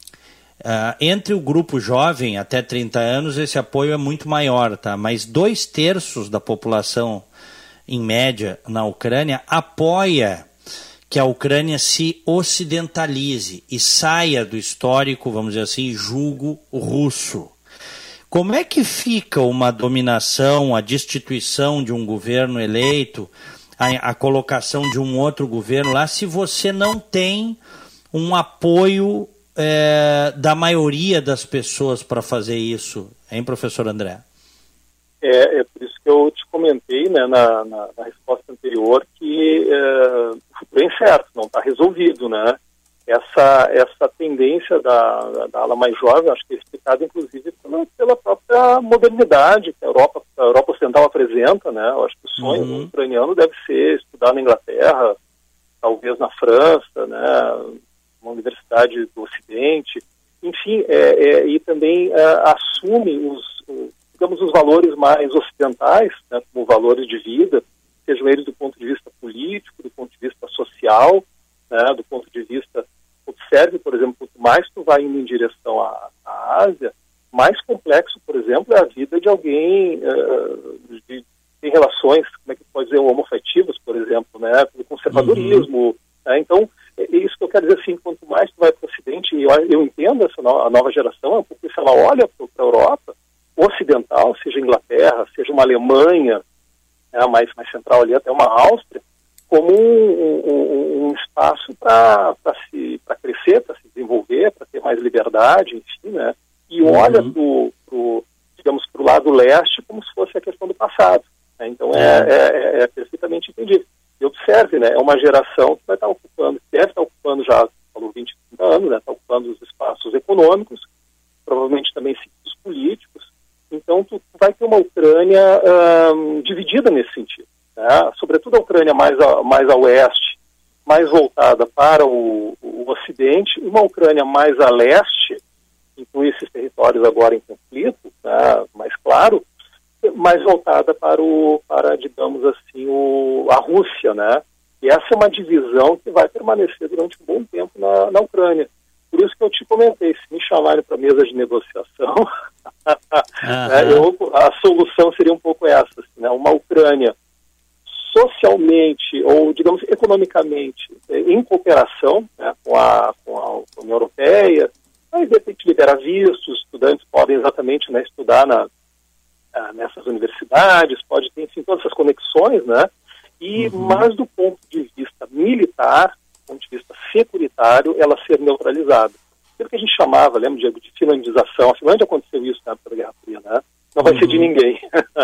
entre o grupo jovem até 30 anos, esse apoio é muito maior, tá? Mas 2/3 da população, em média, na Ucrânia, apoia que a Ucrânia se ocidentalize e saia do histórico, vamos dizer assim, jugo russo. Como é que fica uma dominação, a destituição de um governo eleito, a colocação de um outro governo lá, se você não tem um apoio da maioria das pessoas para fazer isso, hein, professor André? É por isso que eu te comentei, né, na resposta anterior, que o futuro é incerto, não está resolvido, né? Essa tendência da ala mais jovem, acho que é explicada inclusive pela própria modernidade que a Europa Ocidental apresenta, né? Eu acho que o sonho do ucraniano deve ser estudar na Inglaterra, talvez na França, né? Uma universidade do Ocidente, enfim, e também assume os valores mais ocidentais, né, como valores de vida, sejam eles do ponto de vista político, do ponto de vista social, né, do ponto de vista... Observe, por exemplo, quanto mais tu vai indo em direção à Ásia, mais complexo, por exemplo, é a vida de alguém que tem relações, como é que pode dizer, homoafetivas, por exemplo, né, com o conservadorismo. Né, então, é isso que eu quero dizer assim, quanto mais tu vai para o Ocidente, e eu entendo a nova geração, porque se ela olha para a Europa ocidental, seja Inglaterra, seja uma Alemanha, né, mais central ali, até uma Áustria, como um espaço para crescer, para se desenvolver, para ter mais liberdade, enfim, né? E olha digamos, para o lado leste como se fosse a questão do passado, né? Então é perfeitamente entendido. E observe, né? É uma geração que vai estar ocupando, deve estar ocupando já, falou 20, 30 anos, né? Está ocupando os espaços econômicos, provavelmente também ciclos políticos. Então tu vai ter uma Ucrânia dividida nesse sentido, né? Sobretudo a Ucrânia mais a oeste, mais voltada para o ocidente, e uma Ucrânia mais a leste, inclui esses territórios agora em conflito, né, mais claro, mais voltada para digamos assim, a Rússia, né? E essa é uma divisão que vai permanecer durante um bom tempo na Ucrânia. Por isso que eu te comentei, se me chamarem para mesa de negociação, a solução seria um pouco essa, assim, né? Uma Ucrânia socialmente ou, digamos, economicamente em cooperação, né, com a União Europeia, aí de repente libera vistos, estudantes podem exatamente, né, estudar nessas universidades, pode ter, enfim, todas essas conexões, né, mas do ponto de vista militar, do ponto de vista securitário, ela ser neutralizada. Aquilo que a gente chamava, lembra, Diego, de finlandização. A Finlândia aconteceu isso na época da Guerra Fria, né? Não vai ser de ninguém.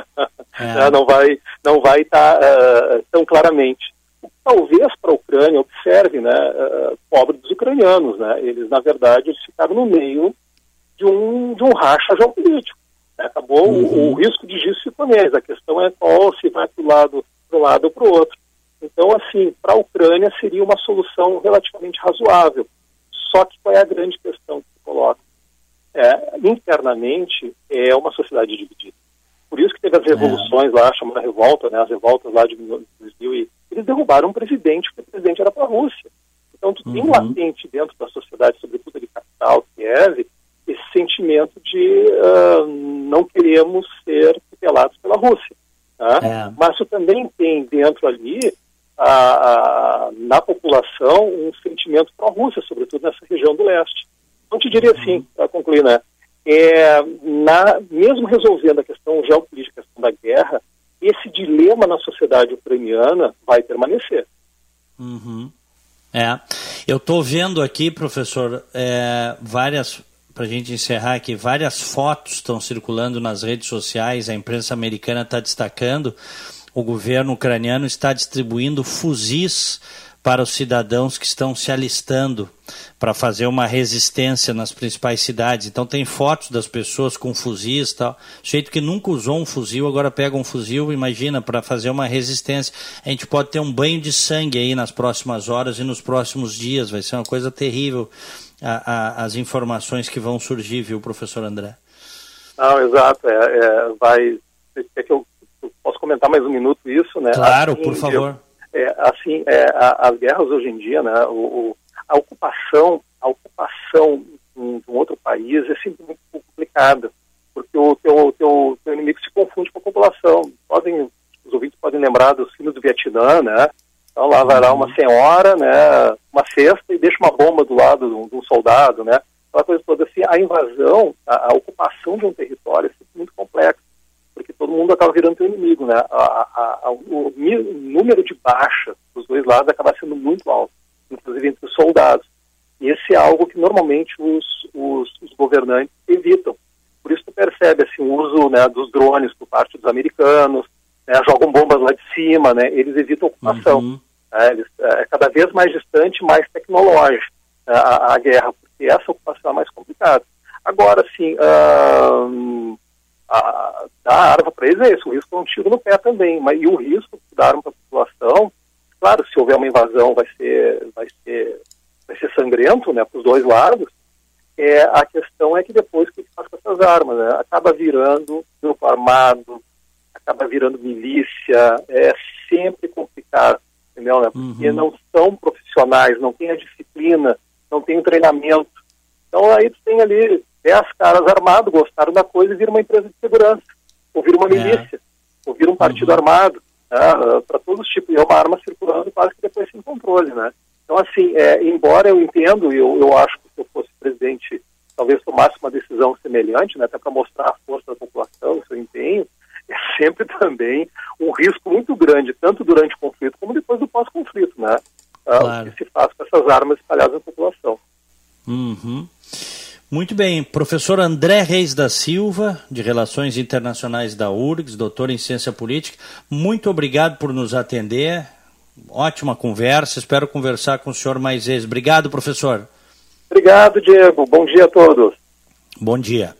Não vai estar tão claramente. Talvez para a Ucrânia, observe, né, pobre dos ucranianos, né? Eles, na verdade, eles ficaram no meio de um racha geopolítico, né? Acabou o risco de giz ficou neles. A questão é qual se vai para um lado ou para o outro. Então, assim, para a Ucrânia seria uma solução relativamente razoável. Só que qual é a grande questão que se coloca? Internamente, é uma sociedade dividida. Por isso que teve as revoluções lá, chamada revolta, né, as revoltas lá de 2000, e eles derrubaram um presidente, porque o presidente era para a Rússia. Então, tu tem um latente dentro da sociedade, sobretudo de capital, Kiev, esse sentimento de não queremos ser tutelados pela Rússia. Tá? Mas tu também tem dentro ali, na população, um sentimento pró-Rússia, sobretudo nessa região do leste. Então, te diria assim, para concluir, né? Mesmo resolvendo a questão geopolítica, a questão da guerra, esse dilema na sociedade ucraniana vai permanecer. Eu estou vendo aqui, professor, para a gente encerrar aqui, várias fotos estão circulando nas redes sociais, a imprensa americana está destacando, o governo ucraniano está distribuindo fuzis para os cidadãos que estão se alistando para fazer uma resistência nas principais cidades. Então tem fotos das pessoas com fuzis e tal. O sujeito que nunca usou um fuzil, agora pega um fuzil, imagina, para fazer uma resistência. A gente pode ter um banho de sangue aí nas próximas horas e nos próximos dias. Vai ser uma coisa terrível as informações que vão surgir, viu, professor André? Não, exato. Quer que eu posso comentar mais um minuto isso, né? Claro, assim, por favor. As guerras hoje em dia, né, a ocupação de um outro país é sempre muito complicada, porque o teu inimigo se confunde com a população. Os ouvintes podem lembrar dos filmes do Vietnã, né? Então lá vai lá uma senhora, né, uma cesta e deixa uma bomba do lado de um soldado, né? Aquela coisa toda assim, a invasão, a ocupação de um território é sempre muito complexa, porque todo mundo acaba virando teu inimigo, né? O número de baixas dos dois lados acaba sendo muito alto, inclusive entre os soldados. E esse é algo que normalmente os governantes evitam. Por isso tu percebe assim, o uso, né, dos drones por parte dos americanos, né, jogam bombas lá de cima, né? Eles evitam a ocupação. É cada vez mais distante, mais tecnológica a guerra, porque essa ocupação é mais complicada. Agora, assim, dar arma para eles é isso, o risco é um tiro no pé também, e o risco que dar arma para a população, claro, se houver uma invasão vai ser sangrento, né, para os dois lados. A questão é que depois o que faz com essas armas, né? Acaba virando grupo armado, acaba virando milícia, é sempre complicado, entendeu, né? Porque não são profissionais, não tem a disciplina, não tem o treinamento. Então aí tu tem ali 10 caras armados, gostaram da coisa e vira uma empresa de segurança, ou vira uma milícia, ou vira um partido armado, né? Para todos os tipos, e é uma arma circulando quase que depois sem controle, né? Então assim, embora eu entendo, e eu acho que se eu fosse presidente, talvez tomasse uma decisão semelhante, né? Até para mostrar a força da população, o seu empenho, é sempre também um risco muito grande, tanto durante o conflito como depois do pós-conflito, né? Claro. O que se faz com essas armas espalhadas na população. Uhum. Muito bem. Professor André Reis da Silva, de Relações Internacionais da URGS, doutor em Ciência Política, muito obrigado por nos atender. Ótima conversa, espero conversar com o senhor mais vezes. Obrigado, professor. Obrigado, Diego. Bom dia a todos. Bom dia.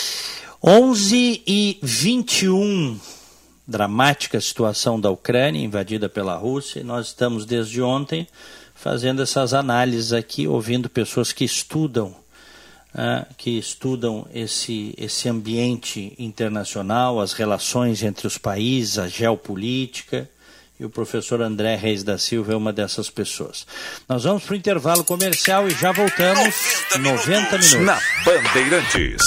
11h21, dramática situação da Ucrânia, invadida pela Rússia, e nós estamos desde ontem fazendo essas análises aqui, ouvindo pessoas que estudam esse ambiente internacional, as relações entre os países, a geopolítica, e o professor André Reis da Silva é uma dessas pessoas. Nós vamos para o intervalo comercial e já voltamos. 90 minutos. Na Bandeirantes.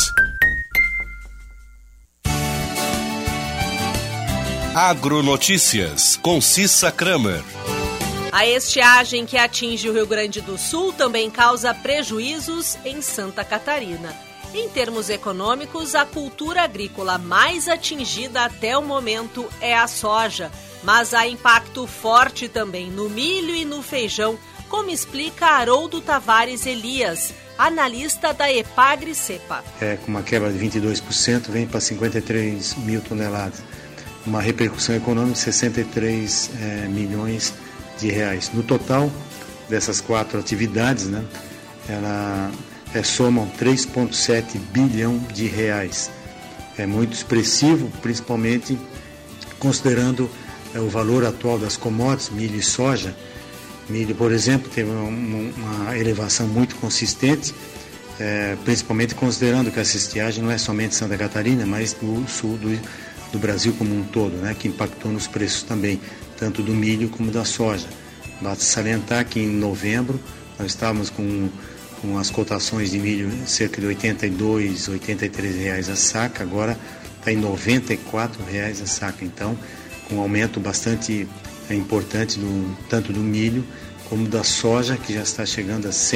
Agronotícias, com Cissa Kramer. A estiagem que atinge o Rio Grande do Sul também causa prejuízos em Santa Catarina. Em termos econômicos, a cultura agrícola mais atingida até o momento é a soja, mas há impacto forte também no milho e no feijão, como explica Haroldo Tavares Elias, analista da Epagri-Cepa. Com uma quebra de 22%, vem para 53 mil toneladas. Uma repercussão econômica de 63 milhões de reais. No total dessas 4 atividades, né, ela somam 3,7 bilhão de reais. É muito expressivo, principalmente considerando o valor atual das commodities, milho e soja. Milho, por exemplo, teve uma elevação muito consistente, principalmente considerando que essa estiagem não é somente Santa Catarina, mas do sul do Brasil como um todo, né, que impactou nos preços também, tanto do milho como da soja. Basta salientar que em novembro nós estávamos com as cotações de milho cerca de R$ 82, R$ 83 reais a saca, agora está em R$ 94 reais a saca. Então, com um aumento bastante importante tanto do milho como da soja, que já está chegando a R$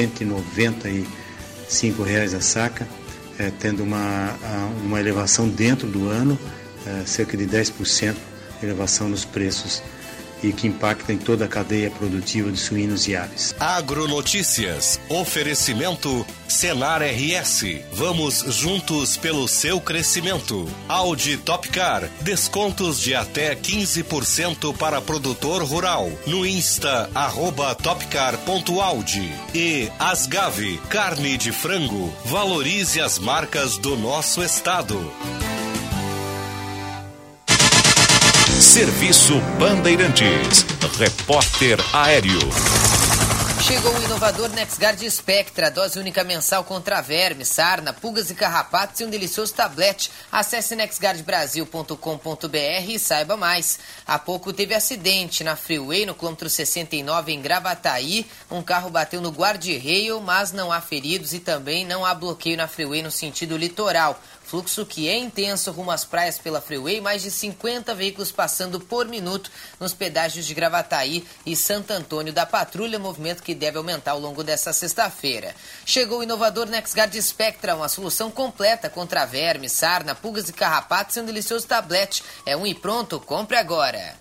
195 reais a saca, tendo uma elevação dentro do ano, cerca de 10% elevação nos preços, e que impacta em toda a cadeia produtiva de suínos e aves. Agronotícias, oferecimento Senar RS. Vamos juntos pelo seu crescimento. Audi Topcar, descontos de até 15% para produtor rural. No Insta, @topcar.audi. E Asgave, carne de frango. Valorize as marcas do nosso estado. Serviço Bandeirantes. Repórter Aéreo. Chegou o inovador NexGard Spectra, dose única mensal contra vermes, sarna, pulgas e carrapatos e um delicioso tablete. Acesse nexgardbrasil.com.br e saiba mais. Há pouco teve acidente na Freeway, no quilômetro 69 em Gravataí. Um carro bateu no guarda-reio, mas não há feridos e também não há bloqueio na Freeway no sentido litoral. Fluxo que é intenso rumo às praias pela Freeway, mais de 50 veículos passando por minuto nos pedágios de Gravataí e Santo Antônio da Patrulha, movimento que deve aumentar ao longo dessa sexta-feira. Chegou o inovador NexGard Spectra, uma solução completa contra vermes, sarna, pulgas e carrapatos e um delicioso tablete. É um e pronto, compre agora.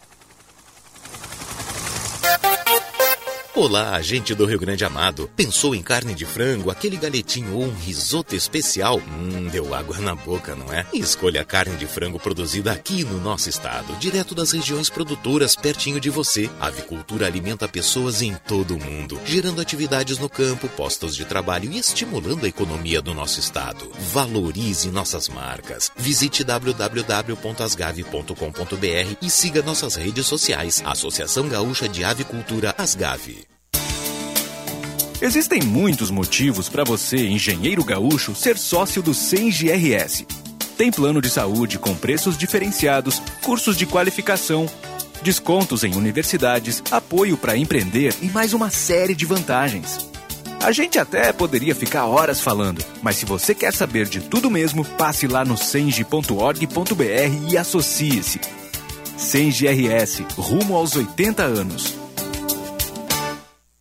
Olá, gente do Rio Grande Amado. Pensou em carne de frango, aquele galetinho ou um risoto especial? Deu água na boca, não é? Escolha a carne de frango produzida aqui no nosso estado, direto das regiões produtoras, pertinho de você. A avicultura alimenta pessoas em todo o mundo, gerando atividades no campo, postos de trabalho e estimulando a economia do nosso estado. Valorize nossas marcas. Visite www.asgave.com.br e siga nossas redes sociais. Associação Gaúcha de Avicultura Asgave. Existem muitos motivos para você, engenheiro gaúcho, ser sócio do CENG-RS. Tem plano de saúde com preços diferenciados, cursos de qualificação, descontos em universidades, apoio para empreender e mais uma série de vantagens. A gente até poderia ficar horas falando, mas se você quer saber de tudo mesmo, passe lá no ceng.org.br e associe-se. CENG-RS, rumo aos 80 anos.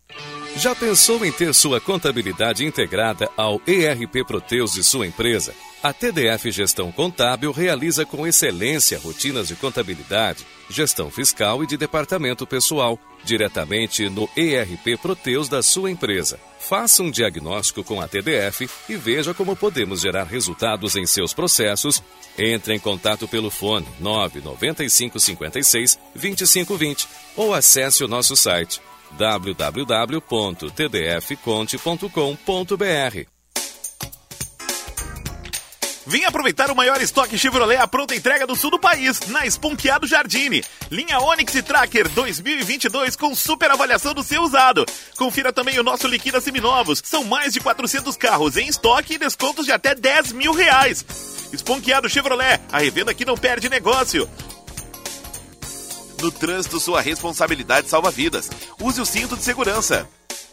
Já pensou em ter sua contabilidade integrada ao ERP Proteus de sua empresa? A TDF Gestão Contábil realiza com excelência rotinas de contabilidade, gestão fiscal e de departamento pessoal, diretamente no ERP Proteus da sua empresa. Faça um diagnóstico com a TDF e veja como podemos gerar resultados em seus processos. Entre em contato pelo fone 995 56 2520 ou acesse o nosso site www.tdfconte.com.br. Vem aproveitar o maior estoque Chevrolet à pronta entrega do sul do país, na Esponqueado Jardine. Linha Onix e Tracker 2022 com super avaliação do seu usado. Confira também o nosso Liquida Seminovos. São mais de 400 carros em estoque e descontos de até R$10 mil. Esponqueado Chevrolet, a revenda que não perde negócio. No trânsito, sua responsabilidade salva vidas. Use o cinto de segurança.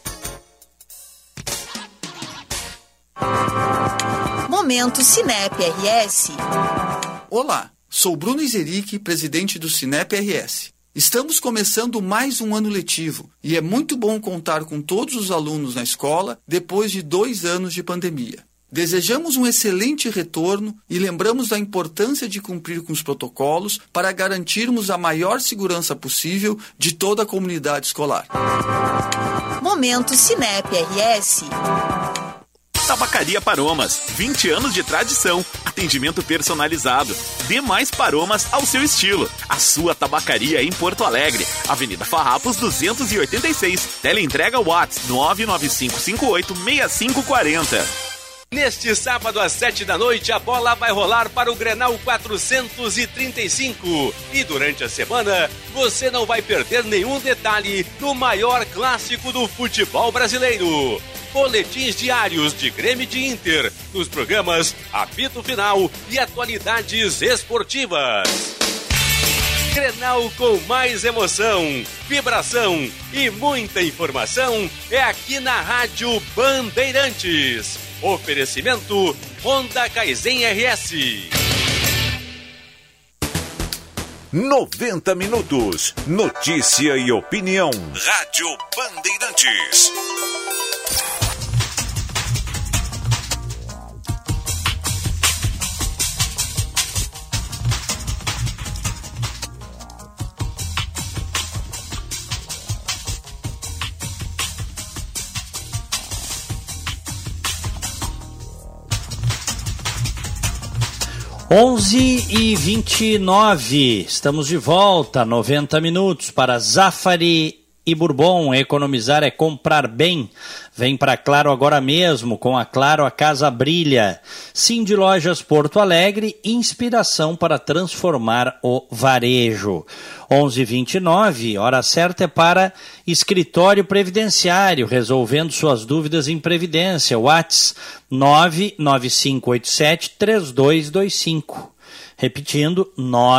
Momento Cinep RS. Olá, sou Bruno Izeric, presidente do Cinep RS. Estamos começando mais um ano letivo e é muito bom contar com todos os alunos na escola depois de 2 anos de pandemia. Desejamos um excelente retorno e lembramos da importância de cumprir com os protocolos para garantirmos a maior segurança possível de toda a comunidade escolar. Momento Cinep RS. Tabacaria Paromas, 20 anos de tradição, atendimento personalizado. Dê mais Paromas ao seu estilo. A sua tabacaria em Porto Alegre, Avenida Farrapos 286. Teleentrega WhatsApp 995586540. Neste sábado às 7h, a bola vai rolar para o Grenal 435. E durante a semana, você não vai perder nenhum detalhe do maior clássico do futebol brasileiro. Boletins diários de Grêmio e de Inter, nos programas Apito Final e Atualidades Esportivas. Grenal com mais emoção, vibração e muita informação é aqui na Rádio Bandeirantes. Oferecimento Honda Kaizen RS. 90 minutos. Notícia e opinião. Rádio Bandeirantes. Onze e 29, estamos de volta, 90 minutos para Zafari e Bourbon. Economizar é comprar bem. Vem para Claro agora mesmo, com a Claro a casa brilha. Cindy Lojas Porto Alegre, inspiração para transformar o varejo. 11h29, hora certa é para Escritório Previdenciário, resolvendo suas dúvidas em Previdência. WhatsApp 99587-3225. Repetindo,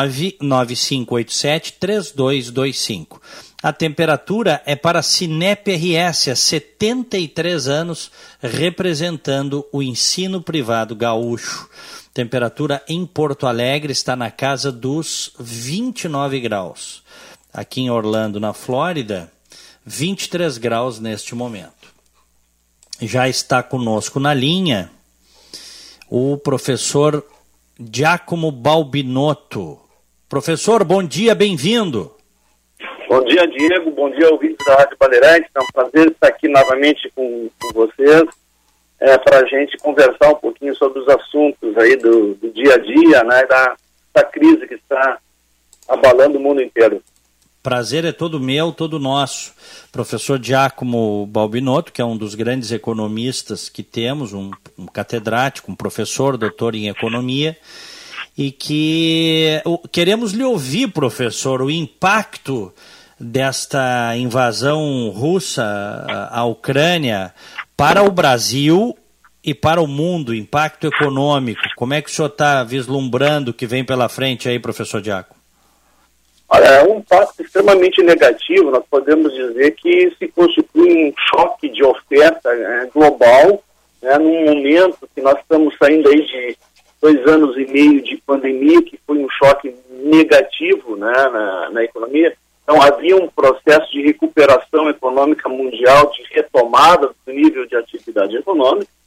99587-3225. A temperatura é para Cinep RS, há 73 anos, representando o ensino privado gaúcho. Temperatura em Porto Alegre está na casa dos 29 graus. Aqui em Orlando, na Flórida, 23 graus neste momento. Já está conosco na linha o professor Giacomo Balbinotto. Professor, bom dia, bem-vindo. Bom dia, Diego. Bom dia, ouvintes da Rádio Bandeirantes. É um prazer estar aqui novamente com vocês, para a gente conversar um pouquinho sobre os assuntos aí do dia a dia, né, da crise que está abalando o mundo inteiro. Prazer é todo meu, todo nosso. Professor Giacomo Balbinotto, que é um dos grandes economistas que temos, um catedrático, um professor, doutor em economia, e que queremos lhe ouvir, professor, o impacto desta invasão russa à Ucrânia para o Brasil e para o mundo, impacto econômico. Como é que o senhor está vislumbrando o que vem pela frente aí, professor Giacomo? Olha, é um impacto extremamente negativo. Nós podemos dizer que se constitui um choque de oferta global, num momento que nós estamos saindo aí de 2 anos e meio de pandemia, que foi um choque negativo, né, na economia. Então havia um processo de recuperação econômica mundial, de retomada do nível de atividade econômica,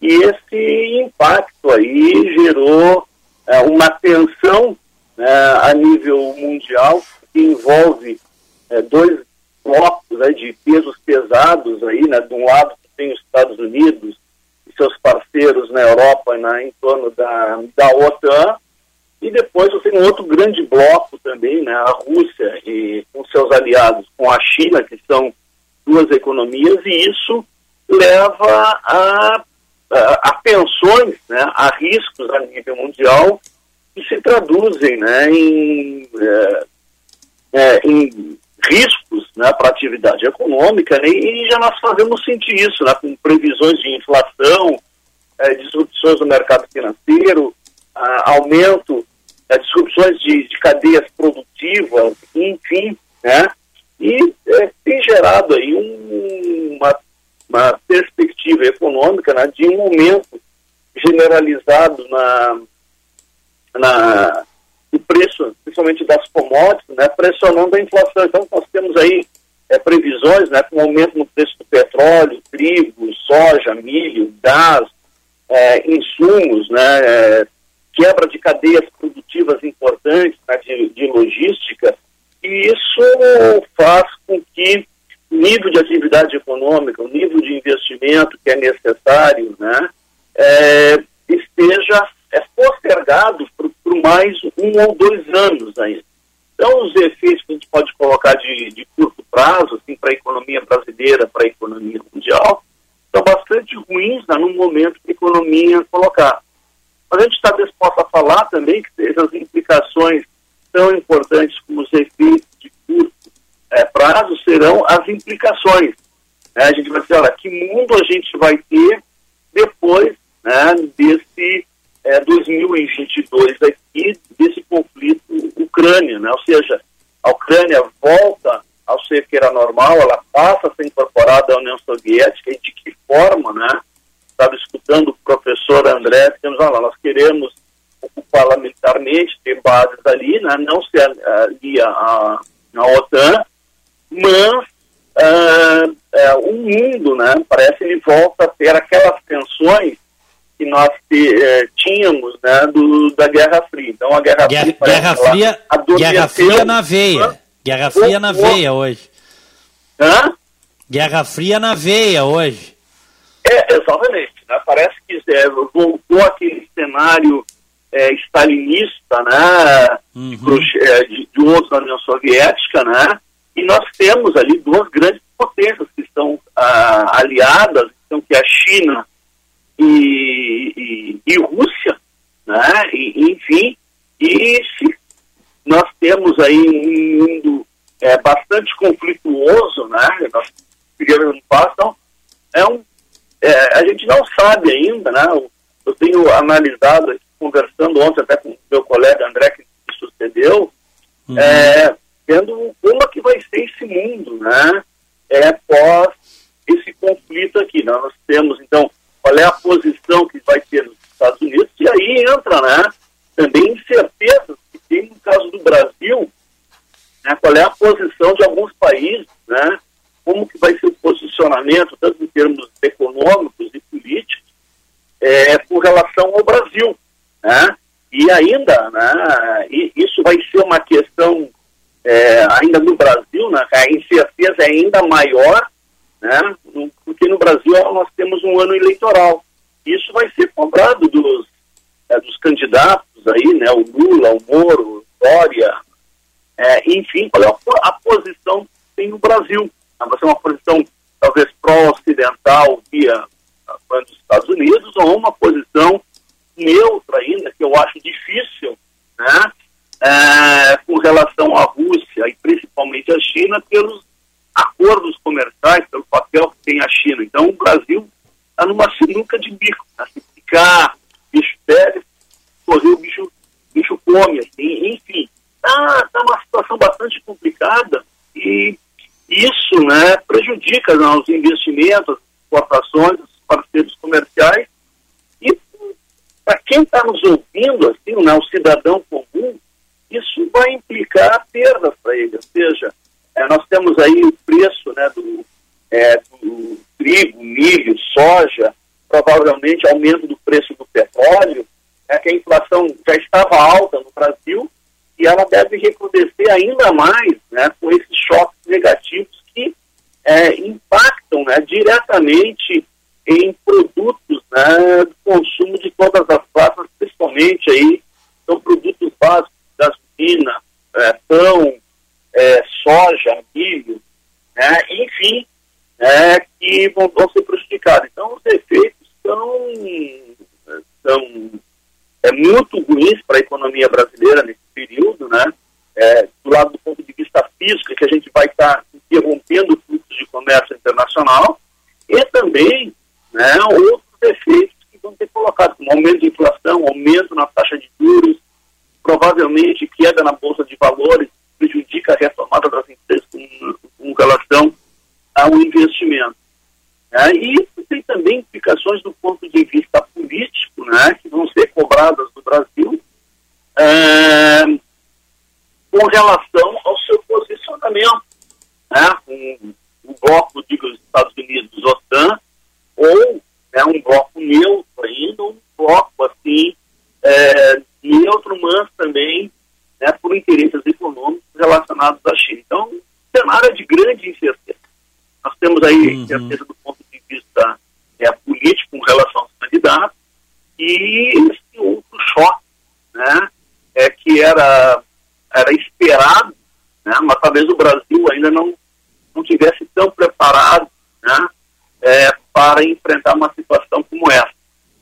E esse impacto aí gerou uma tensão a nível mundial, que envolve dois blocos de pesos pesados aí, né? De um lado tem os Estados Unidos e seus parceiros na Europa, em torno da OTAN, e depois você tem um outro grande bloco também, né? A Rússia e com seus aliados, com a China, que são duas economias, e isso leva a tensões, né? A riscos a nível mundial, que se traduzem, né? Em riscos, né, para a atividade econômica, né, e já nós fazemos sentir isso, né, com previsões de inflação, disrupções no mercado financeiro, aumento, disrupções de cadeias produtivas, enfim, né, e tem gerado aí uma perspectiva econômica, né, de um momento generalizado o preço, principalmente das commodities, né, pressionando a inflação. Então, nós temos aí previsões, né, com aumento no preço do petróleo, trigo, soja, milho, gás, insumos, né, quebra de cadeias produtivas importantes, né, de logística, e isso faz com que o nível de atividade econômica, o nível de investimento que é necessário, né, esteja postergado por mais 1 ou 2 anos ainda. Então, os efeitos que a gente pode colocar de curto prazo, assim, para a economia brasileira, para a economia mundial, são bastante ruins, né, no momento que a economia colocar. Mas a gente está disposto a falar também que essas implicações tão importantes como os efeitos de curto prazo serão as implicações. Né? A gente vai dizer, olha, que mundo a gente vai ter depois, né, desse 2022 aqui, desse conflito Ucrânia, né? Ou seja, a Ucrânia volta ao ser que era normal, ela passa a ser incorporada à União Soviética, e de que forma, né? Estava escutando o professor André, dizendo, nós queremos ocupá-la militarmente, ter bases ali, né? Não se alia à OTAN, mas o mundo, né? Parece que ele volta a ter aquelas tensões que nós tínhamos, né, da Guerra Fria. Então, a Guerra Fria na veia. Guerra Fria na veia hoje. Hã? Guerra Fria na veia hoje. Exatamente. Né? Parece que voltou aquele cenário stalinista, né, de outros da União Soviética, né, e nós temos ali duas grandes potências que estão aliadas, então, que é a China e Rússia, né? Enfim, e nós temos aí um mundo bastante conflituoso, né? Nós vivemos no passado, então, a gente não sabe ainda, né? Eu tenho analisado, conversando ontem até com o meu colega André, que me sucedeu, vendo como que vai ser esse mundo, né? Pós esse conflito aqui. Nós temos, então, qual é a posição que vai ter nos Estados Unidos, e aí entra, né, também incertezas que tem no caso do Brasil, né, qual é a posição de alguns países, né, como que vai ser o posicionamento, tanto em termos econômicos e políticos, com relação ao Brasil, né, e ainda, né, isso vai ser uma questão ainda no Brasil, né, a incerteza é ainda maior, né, porque no Brasil nós temos um ano eleitoral. Isso vai ser cobrado dos candidatos aí, né, o Lula, o Moro, o Dória, enfim, qual é a posição que tem no Brasil. Vai ser uma posição talvez pró-ocidental via dos Estados Unidos, ou uma posição neutra ainda, que eu acho difícil, né, com relação à Rússia e principalmente à China, pelos acordos comerciais, pelo papel que tem a China. Então, o Brasil está numa sinuca de bico, né? Se ficar bicho pede, correr o bicho come, assim, enfim. Está uma situação bastante complicada, e isso, né, prejudica, né, os investimentos, as exportações, os parceiros comerciais, e para quem está nos ouvindo, assim, né, o cidadão comum, isso vai implicar perdas para ele, ou seja, nós temos aí o preço, né, do trigo, milho, soja, provavelmente aumento do preço do petróleo, que a inflação já estava alta no Brasil e ela deve recrudescer ainda mais, né, com esses choques negativos que impactam, né, diretamente em produtos, né, do consumo de todas as classes, principalmente aí são produtos básicos, gasolina, pão, soja, milho, né, enfim, que vão ser prejudicados. Então, os efeitos são muito ruins para a economia brasileira nesse período, né? Do lado do ponto de vista físico, que a gente vai estar interrompendo o fluxo de comércio internacional, e também, né, outros efeitos que vão ser colocados, como aumento de inflação, aumento na taxa de juros, provavelmente queda na Bolsa de Valores, prejudica a retomada das empresas com relação ao investimento. E isso tem também implicações do ponto de vista político, né, que vão ser cobradas do Brasil com relação ao seu posicionamento, né, um bloco, digo, os Estados Unidos, OTAN, ou um bloco neutro ainda, um bloco assim, neutro, mas também, né, por interesses econômicos relacionados à China. Então, um cenário de grande incerteza. Nós temos aí incerteza do ponto de vista político com relação aos candidatos e esse outro choque, né, que era esperado, né, mas talvez o Brasil ainda não tivesse tão preparado, né, para enfrentar uma situação como essa.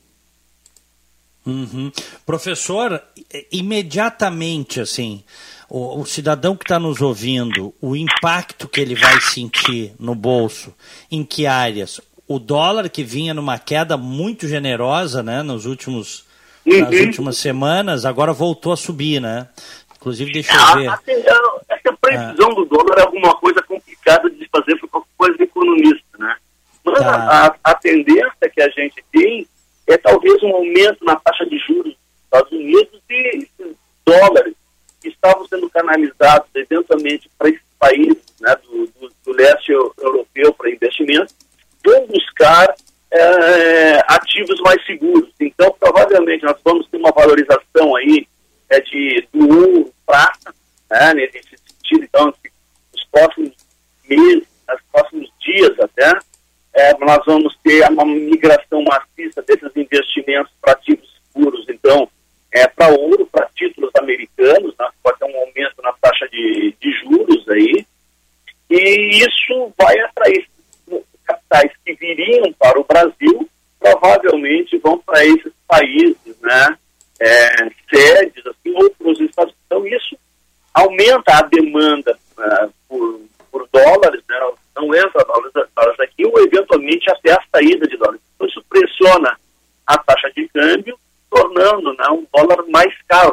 Professor, imediatamente, assim, o cidadão que está nos ouvindo, o impacto que ele vai sentir no bolso, em que áreas? O dólar, que vinha numa queda muito generosa, né, nas últimas semanas, agora voltou a subir, né? Inclusive, deixa eu ver. Essa previsão do dólar é alguma coisa complicada de fazer por qualquer coisa economista, né? Mas a tendência que a gente tem é talvez um aumento na taxa de juros dos Estados Unidos e esses dólares que estavam sendo canalizados eventualmente para esses países, né, do leste europeu para investimento, vão buscar ativos mais seguros. Então, provavelmente, nós vamos ter uma valorização aí do ouro, prata, né, nesse sentido. Então, nos próximos meses, nos próximos dias até, nós vamos ter uma migração maciça desses investimentos para ativos seguros. Então, para ouro, para títulos americanos, né, pode ter um aumento na taxa de juros aí, e isso vai atrair capitais que viriam para o Brasil, provavelmente vão para esses países, né, sedes, assim, ou para os Estados Unidos. Então, isso aumenta a demanda por dólares, né, não entra dólares aqui, ou eventualmente até a saída de dólares. Então, isso pressiona a taxa de câmbio, tornando, né, um dólar mais caro.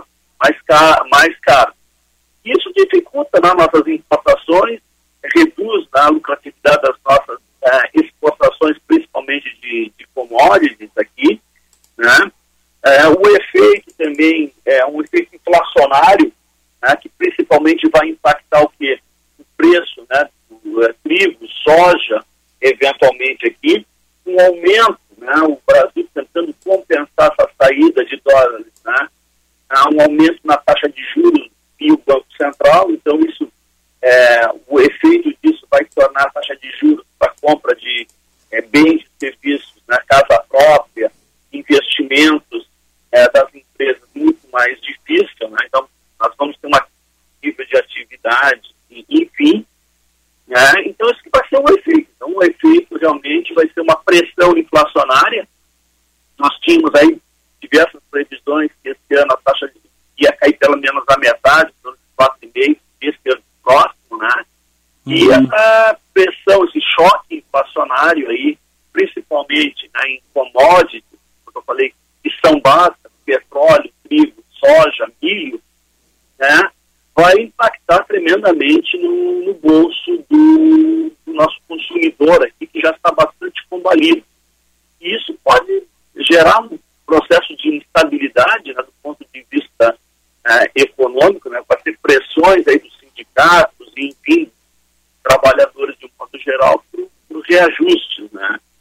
Isso dificulta, né, nossas importações, reduz, né, a lucratividade das nossas exportações, principalmente de commodities aqui, né? O efeito também é um efeito inflacionário, né, que principalmente vai impactar o quê? O preço, né, do trigo, soja, eventualmente aqui, um aumento, né, o Brasil tentando compensar essa saída de dólares, né, um aumento na taxa de juros e o Banco Central. Então isso, o efeito disso vai tornar a taxa de juros para compra de bens e serviços na casa própria, investimentos das empresas muito mais difícil, né? Então nós vamos ter um nível de atividade, enfim, né? Então isso que vai ser um efeito. Então o efeito realmente vai ser uma pressão inflacionária. Nós tínhamos aí diversas previsões que esse ano a taxa ia cair pelo menos a metade, dos 4,5%, esse ano próximo, né? E essa pressão, esse choque inflacionário aí, principalmente, né, em commodities, como eu falei, que são básicas, petróleo, trigo, soja, milho, né, vai impactar tremendamente no bolso do nosso consumidor aqui, que já está bastante combalido. E isso pode gerar um processo de instabilidade, né, do ponto de vista econômico, né, para ter pressões aí dos sindicatos e, enfim, trabalhadores de um modo geral para os reajustes, né?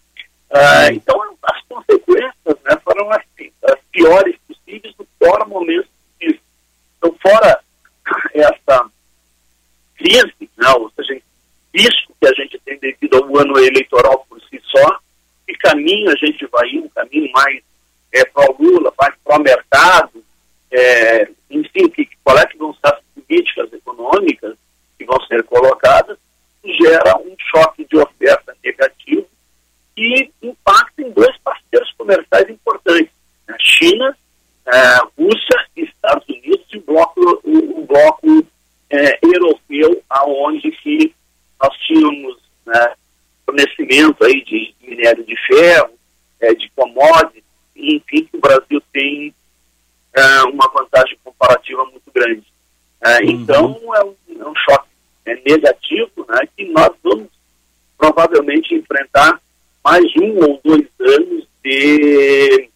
Então, as consequências, né, foram as piores possíveis no pior momento possível. Então, fora essa crise, né, ou seja, risco que a gente tem devido ao ano eleitoral por si só, que caminho a gente vai ir, um caminho mais pró-Lula, mais pró-mercado, enfim, qual é que vão ser as políticas econômicas que vão ser colocadas, gera um choque de oferta negativo que impacta em dois parceiros comerciais importantes, a China, Rússia, Estados Unidos e o bloco europeu, aonde que nós tínhamos, né, fornecimento aí de minério de ferro, de commodities, enfim, que o Brasil tem uma vantagem comparativa muito grande. Então, é um choque negativo, né, que nós vamos provavelmente enfrentar mais 1 ou 2 anos de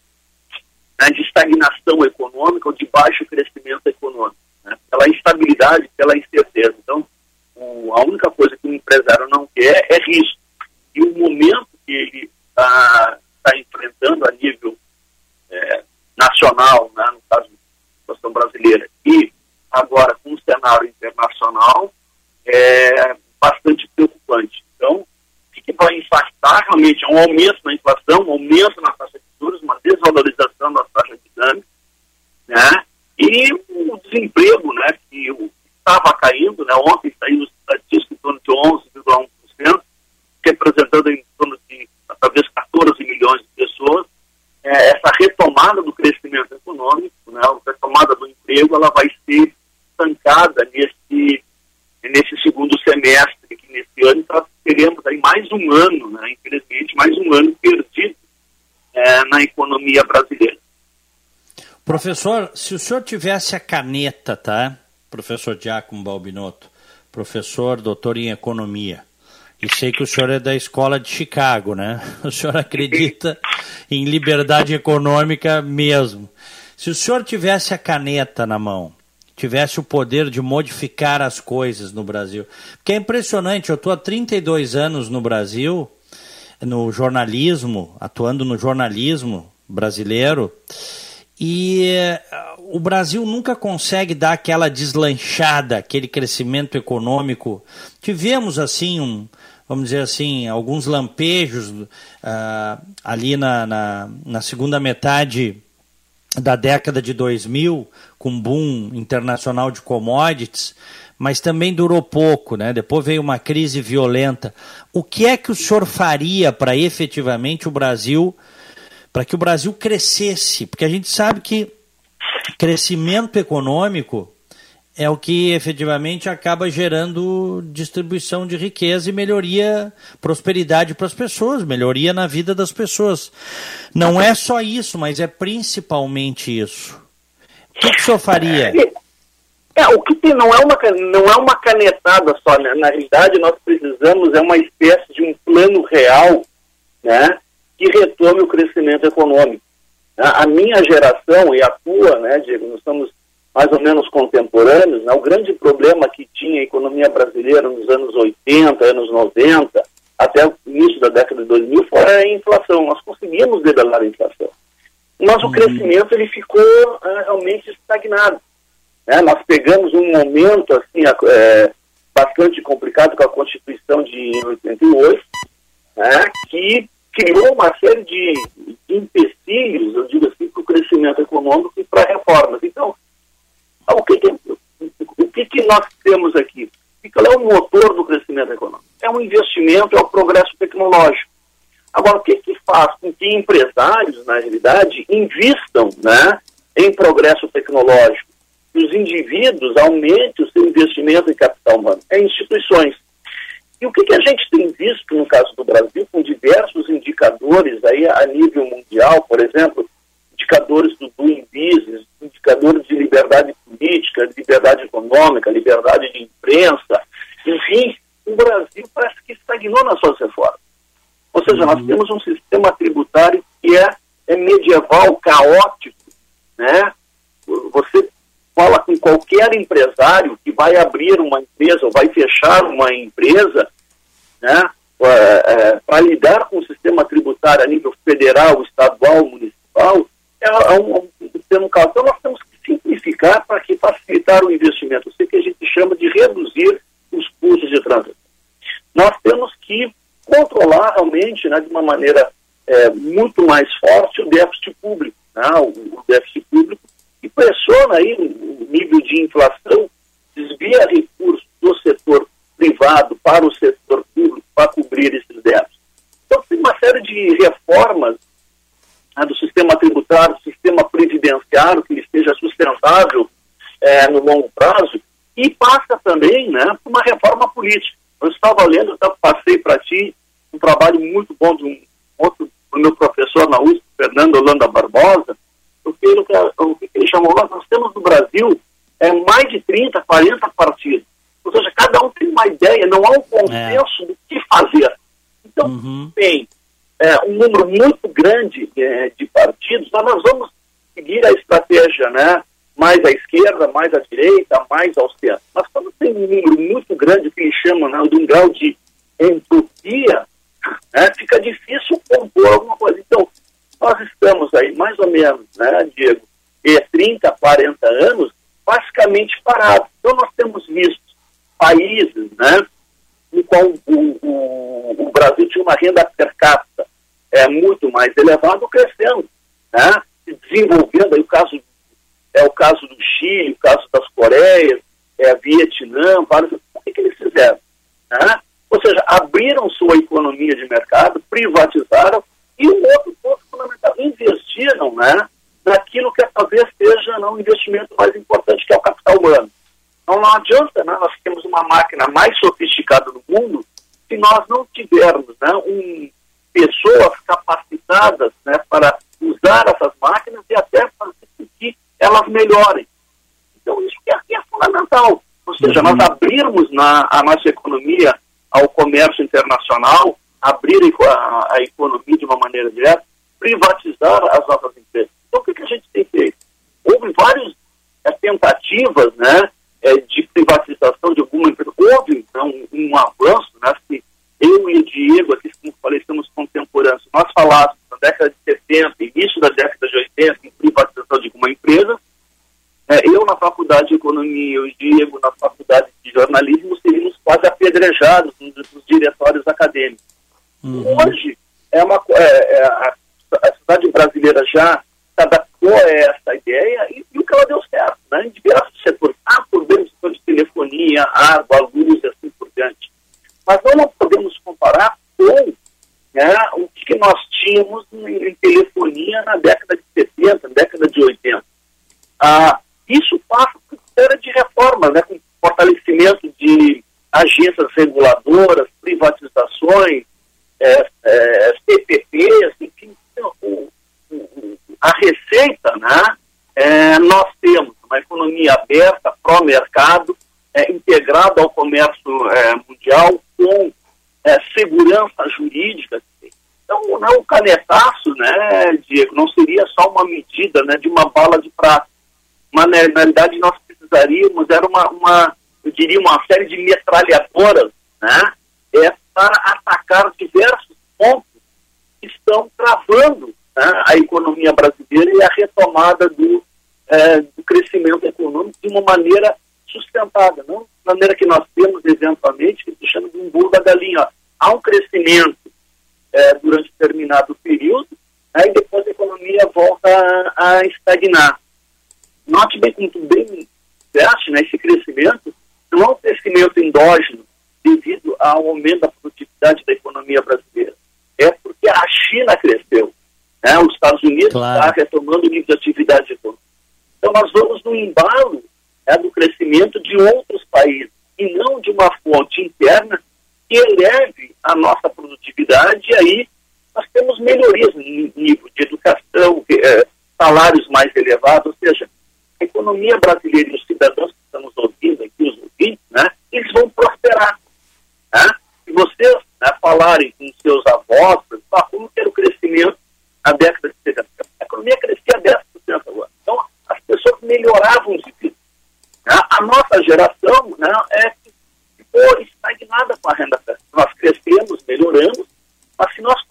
estagnação econômica ou de baixo crescimento econômico, né, pela instabilidade, pela incerteza. Então, a única coisa que o empresário não quer é risco. E o momento que ele está enfrentando a nível nacional, né, no caso da situação brasileira, e agora com o cenário internacional, é bastante preocupante. Então, o que vai impactar realmente é um aumento na inflação, um aumento na taxa de juros, uma desvalorização da taxa de câmbio, né, e o desemprego, né, que estava caindo, né, ontem saiu estatística em torno de 11,1%, representando em torno de talvez 14 milhões de pessoas. Essa retomada do crescimento econômico, né, a retomada do emprego, ela vai ser estancada nesse segundo semestre, que nesse ano nós teremos aí mais um ano, né, infelizmente, mais um ano perdido na economia brasileira. Professor, se o senhor tivesse a caneta, tá? Professor Giacomo Balbinotto, professor, doutor em economia, e sei que o senhor é da escola de Chicago, né? O senhor acredita em liberdade econômica mesmo. Se o senhor tivesse a caneta na mão, tivesse o poder de modificar as coisas no Brasil, porque é impressionante, eu estou há 32 anos no Brasil, no jornalismo, atuando no jornalismo brasileiro, e o Brasil nunca consegue dar aquela deslanchada, aquele crescimento econômico. Tivemos, assim, vamos dizer assim, alguns lampejos ali na segunda metade da década de 2000, com boom internacional de commodities, mas também durou pouco, né? Depois veio uma crise violenta. O que é que o senhor faria para efetivamente para que o Brasil crescesse? Porque a gente sabe que crescimento econômico é o que efetivamente acaba gerando distribuição de riqueza e melhoria, prosperidade para as pessoas, melhoria na vida das pessoas. Não é só isso, mas é principalmente isso. O que o senhor faria? O que tem não é uma canetada só, né? Na realidade, nós precisamos uma espécie de um plano real, né, que retome o crescimento econômico. A minha geração e a tua, né, Diego, nós estamos mais ou menos contemporâneos, né? O grande problema que tinha a economia brasileira nos anos 80, anos 90, até o início da década de 2000, foi a inflação. Nós conseguimos debelar a inflação. Mas o crescimento ele ficou realmente estagnado. Né? Nós pegamos um momento assim, bastante complicado com a Constituição de 88, né, que criou uma série de empecilhos, eu digo assim, para o crescimento econômico e para reformas. Então, o que nós temos aqui? Qual é o motor do crescimento econômico? É um investimento, é o progresso tecnológico. Agora, o que faz com que empresários, na realidade, invistam, né, em progresso tecnológico? Que os indivíduos aumentem o seu investimento em capital humano? É instituições. E o que a gente tem visto no caso do Brasil, com diversos indicadores aí a nível mundial, por exemplo, indicadores do Doing Business, indicadores de liberdade política, liberdade econômica, liberdade de imprensa, enfim, o Brasil parece que estagnou nas suas reformas. Ou seja, nós temos um sistema tributário que é medieval, caótico, né? Você fala com qualquer empresário que vai abrir uma empresa ou vai fechar uma empresa, né, para lidar com o sistema tributário tributária a nível federal, estadual, municipal, é um caso. Então, nós temos que simplificar para que facilitar o investimento. Isso que a gente chama de reduzir os custos de transação. Nós temos que controlar realmente, né, de uma maneira muito mais forte o déficit público, né, o déficit público, que pressiona aí o nível de inflação, desvia recursos do setor privado para o setor público para cobrir esses déficits. Então, tem uma série de reformas, né, do sistema tributário, do sistema previdenciário, que ele esteja sustentável no longo prazo, e passa também, né, por uma reforma política. Eu estava lendo, eu passei para ti um trabalho muito bom de um outro do meu professor na USP, Fernando Holanda Barbosa, o que ele chamou lá, nós temos no Brasil mais de 30, 40 partidos. Ou seja, cada um tem uma ideia, não há um consenso do que fazer. Então, tem um número muito grande de partidos, mas nós vamos seguir a estratégia, né, mais à esquerda, mais à direita, mais ao centro. Mas quando tem um número muito grande, que eles chamam, né, de um grau de entropia, né, fica difícil compor alguma coisa. Então, nós estamos aí, mais ou menos, né, Diego, 30, 40 anos, basicamente parados. Então, nós temos visto países, né, no qual o Brasil tinha uma renda per capita muito mais elevada, crescendo, né, se desenvolvendo. Aí o caso do Chile, o caso das Coreias, Vietnã, vários. O que eles fizeram? Né? Ou seja, abriram sua economia de mercado, privatizaram, e um outro ponto fundamental, investiram, né, naquilo que talvez seja um investimento mais importante, que é o capital humano. Então não adianta, né, nós temos uma máquina mais sofisticada no mundo, se nós não tivermos, né, pessoas capacitadas, né, para usar essas máquinas e até fazer com que elas melhorem. Então isso que aqui é fundamental. Ou seja, nós abrirmos a nossa economia ao comércio internacional, abrir a economia de uma maneira direta, privatizar as nossas empresas. Então, o que a gente tem feito? Houve várias tentativas, né, de privatização de alguma empresa. Houve, então, um avanço, né, que eu e o Diego, aqui, como falei, estamos contemporâneos. Nós falássemos na década de 70, início da década de 80, em privatização de alguma empresa. Eu na faculdade de economia e o Diego na faculdade de jornalismo seríamos quase apedrejados nos diretórios acadêmicos. Hoje, a sociedade brasileira já se adaptou a essa ideia e o que ela deu certo, né, em diversos setores. Por dentro do setor de telefonia, água, luz e assim por diante. Mas não podemos comparar com, né, o que nós tínhamos em telefonia na década de 70, na década de 80. Isso passa por uma série de reformas, né, com fortalecimento de agências reguladoras, privatizações, CPPs, enfim. A receita, né, nós temos uma economia aberta, pró-mercado, integrada ao comércio mundial, com segurança jurídica. Então, o canetaço, né, Diego, não seria só uma medida, né, de uma bala de prata. Mas, na realidade, nós precisaríamos, eu diria, uma série de metralhadoras, né, para atacar diversos pontos que estão travando, né, a economia brasileira e a retomada do crescimento econômico de uma maneira sustentada, não da maneira que nós temos, eventualmente, que se chama de um bolo da galinha. Há um crescimento durante determinado período, né, e depois a economia volta a estagnar. Note bem como tu bem disseste, né, esse crescimento não é um crescimento endógeno devido ao aumento da produtividade da economia brasileira. É porque a China cresceu, né, os Estados Unidos está retomando o nível de atividade econômica. Então nós vamos no embalo, né, do crescimento de outros países e não de uma fonte interna que eleve a nossa produtividade, e aí nós temos melhorias no nível de educação, salários mais elevados, ou seja, a economia brasileira e os cidadãos que estamos ouvindo aqui, os ouvintes, né, eles vão prosperar. Né? Se vocês, né, falarem com seus avós, como era o crescimento na década de 70, a economia crescia 10% agora. Então, as pessoas melhoravam de vida. Né? A nossa geração, né, ficou estagnada com a renda per capita. Nós crescemos, melhoramos, mas se nós compararmos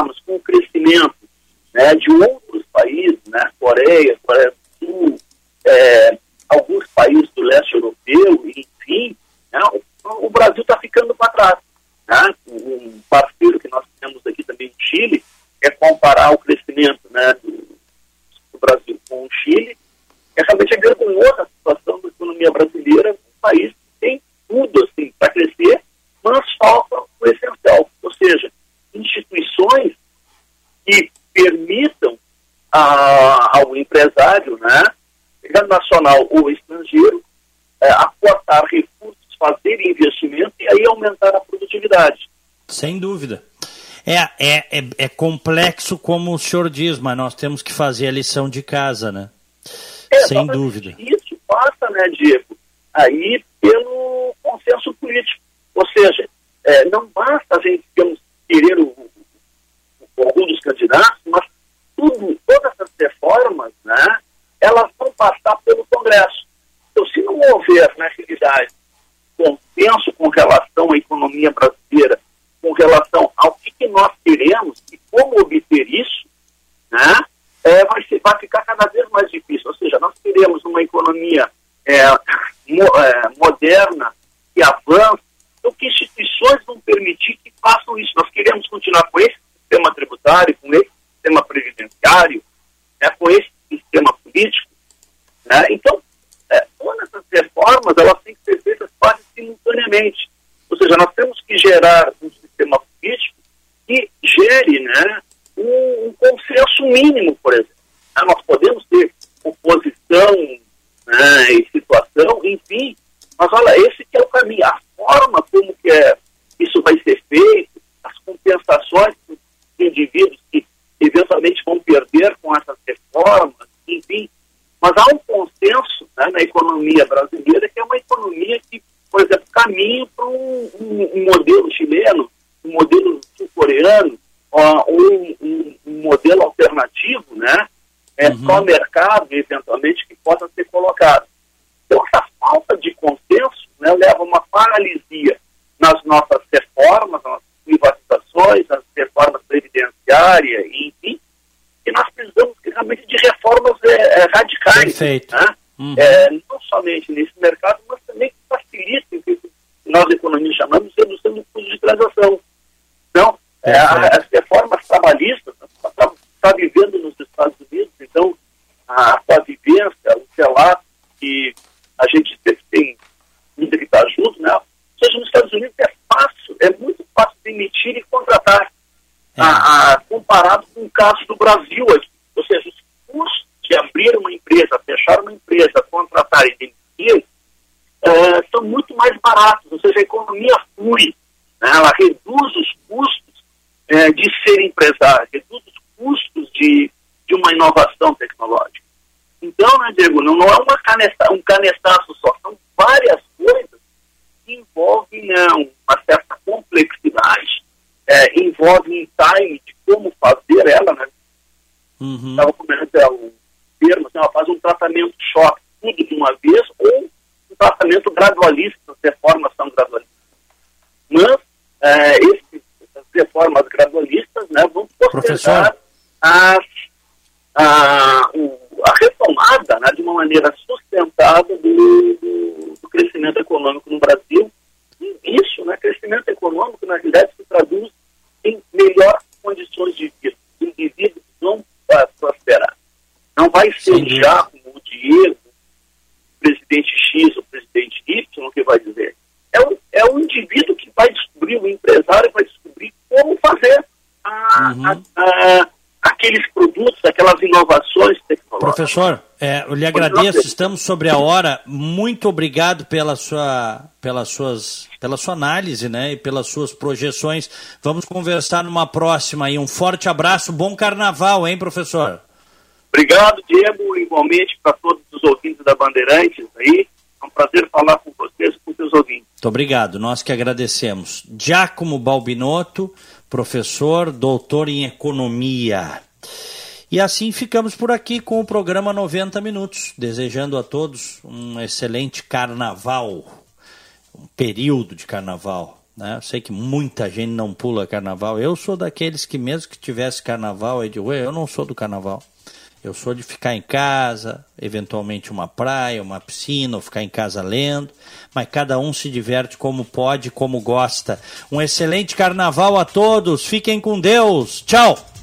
compararmos com o crescimento, né, de outros países, né, Coreia do Sul, alguns países do leste europeu, enfim, né, o Brasil está ficando para trás. Né? Um parceiro que nós temos aqui também, o Chile, é comparar o crescimento, né, do Brasil com o Chile. Realmente é vergonhosa a situação da economia brasileira, um país que tem tudo assim, para crescer, mas falta o essencial, ou seja, instituições que permitam ao empresário, né, seja nacional ou estrangeiro, aportar recursos, fazer investimento e aí aumentar a produtividade. Sem dúvida. É complexo, como o senhor diz, mas nós temos que fazer a lição de casa, né? Sem dúvida. Isso passa, né, Diego, aí pelo consenso político. Ou seja, não basta a gente querer o orgulho dos candidatos, mas todas essas reformas, né, elas vão passar pelo Congresso. Então, se não houver, na realidade, consenso com relação à economia brasileira, com relação ao que nós queremos e como obter isso, né, vai ficar cada vez mais difícil. Ou seja, nós queremos uma economia moderna, que avance, então que instituições vão permitir que façam isso. Nós queremos continuar com esse sistema tributário, com esse sistema previdenciário, né, com esse sistema político. Né? Então, todas essas reformas, elas têm que ser feitas quase simultaneamente. Ou seja, nós temos que gerar um sistema político que gere, né, um consenso mínimo, por exemplo. Nós podemos ter oposição, né, e situação, enfim, mas olha, esse que é o caminho. A forma como que isso vai ser feito, as compensações dos indivíduos que eventualmente vão perder com essas reformas, enfim, mas há um consenso, né, na economia brasileira, que é uma economia que, por exemplo, caminha para um modelo chileno, um modelo sul-coreano, um modelo alternativo, né, só mercado, eventualmente, que possa ser colocado. Então, essa falta de consenso, né, leva a uma paralisia nas nossas reformas, nas privatizações, nas reformas previdenciárias, enfim, e nós precisamos realmente de reformas radicais. Perfeito. Né? Não somente nesse mercado, mas também que facilitem o que nós, economistas, chamamos de redução do custo de transação. Então, as reformas trabalhistas, está vivendo nos Estados Unidos, então, a sua vivência, o relato que a gente tem muito que estar junto, né? Ou seja, nos Estados Unidos é muito fácil demitir e contratar, comparado com o caso do Brasil aqui. Ou seja, os custos de abrir uma empresa, fechar uma empresa, contratar e demitir, são muito mais baratos. Ou seja, a economia flui, né? Ela reduz os custos de ser empresário, reduz os custos de uma inovação tecnológica. Então, né, Diego, não é um canetaço só, são várias coisas que envolvem, né, uma certa complexidade, envolve um time de como fazer ela, né? Estava comentando o termo, assim, ela faz um tratamento choque, tudo de uma vez, ou um tratamento gradualista, as reformas são gradualistas. Mas essas reformas gradualistas, né, vão postergar a retomada, né, de uma maneira sustentada do crescimento econômico no Brasil. E isso, né, crescimento econômico, na realidade, se traduz em melhores condições de vida. Os indivíduos vão prosperar. Não vai ser já como o Diego, o presidente X ou o presidente Y que vai dizer. É o indivíduo que vai descobrir, o empresário vai descobrir como fazer aqueles produtos, aquelas inovações tecnológicas. Professor, eu lhe agradeço, estamos sobre a hora. Muito obrigado pela sua análise, né, e pelas suas projeções. Vamos conversar numa próxima aí. Um forte abraço, bom carnaval, hein, professor? Obrigado, Diego, igualmente para todos os ouvintes da Bandeirantes aí. É um prazer falar com vocês e com os seus ouvintes. Muito obrigado, nós que agradecemos. Giacomo Balbinotto, professor, doutor em economia. E assim ficamos por aqui com o programa 90 Minutos, desejando a todos um excelente carnaval, um período de carnaval. né? Eu sei que muita gente não pula carnaval. Eu sou daqueles que mesmo que tivesse carnaval aí de rua, eu não sou do carnaval. Eu sou de ficar em casa, eventualmente uma praia, uma piscina, ou ficar em casa lendo, mas cada um se diverte como pode, como gosta. Um excelente carnaval a todos, fiquem com Deus, tchau!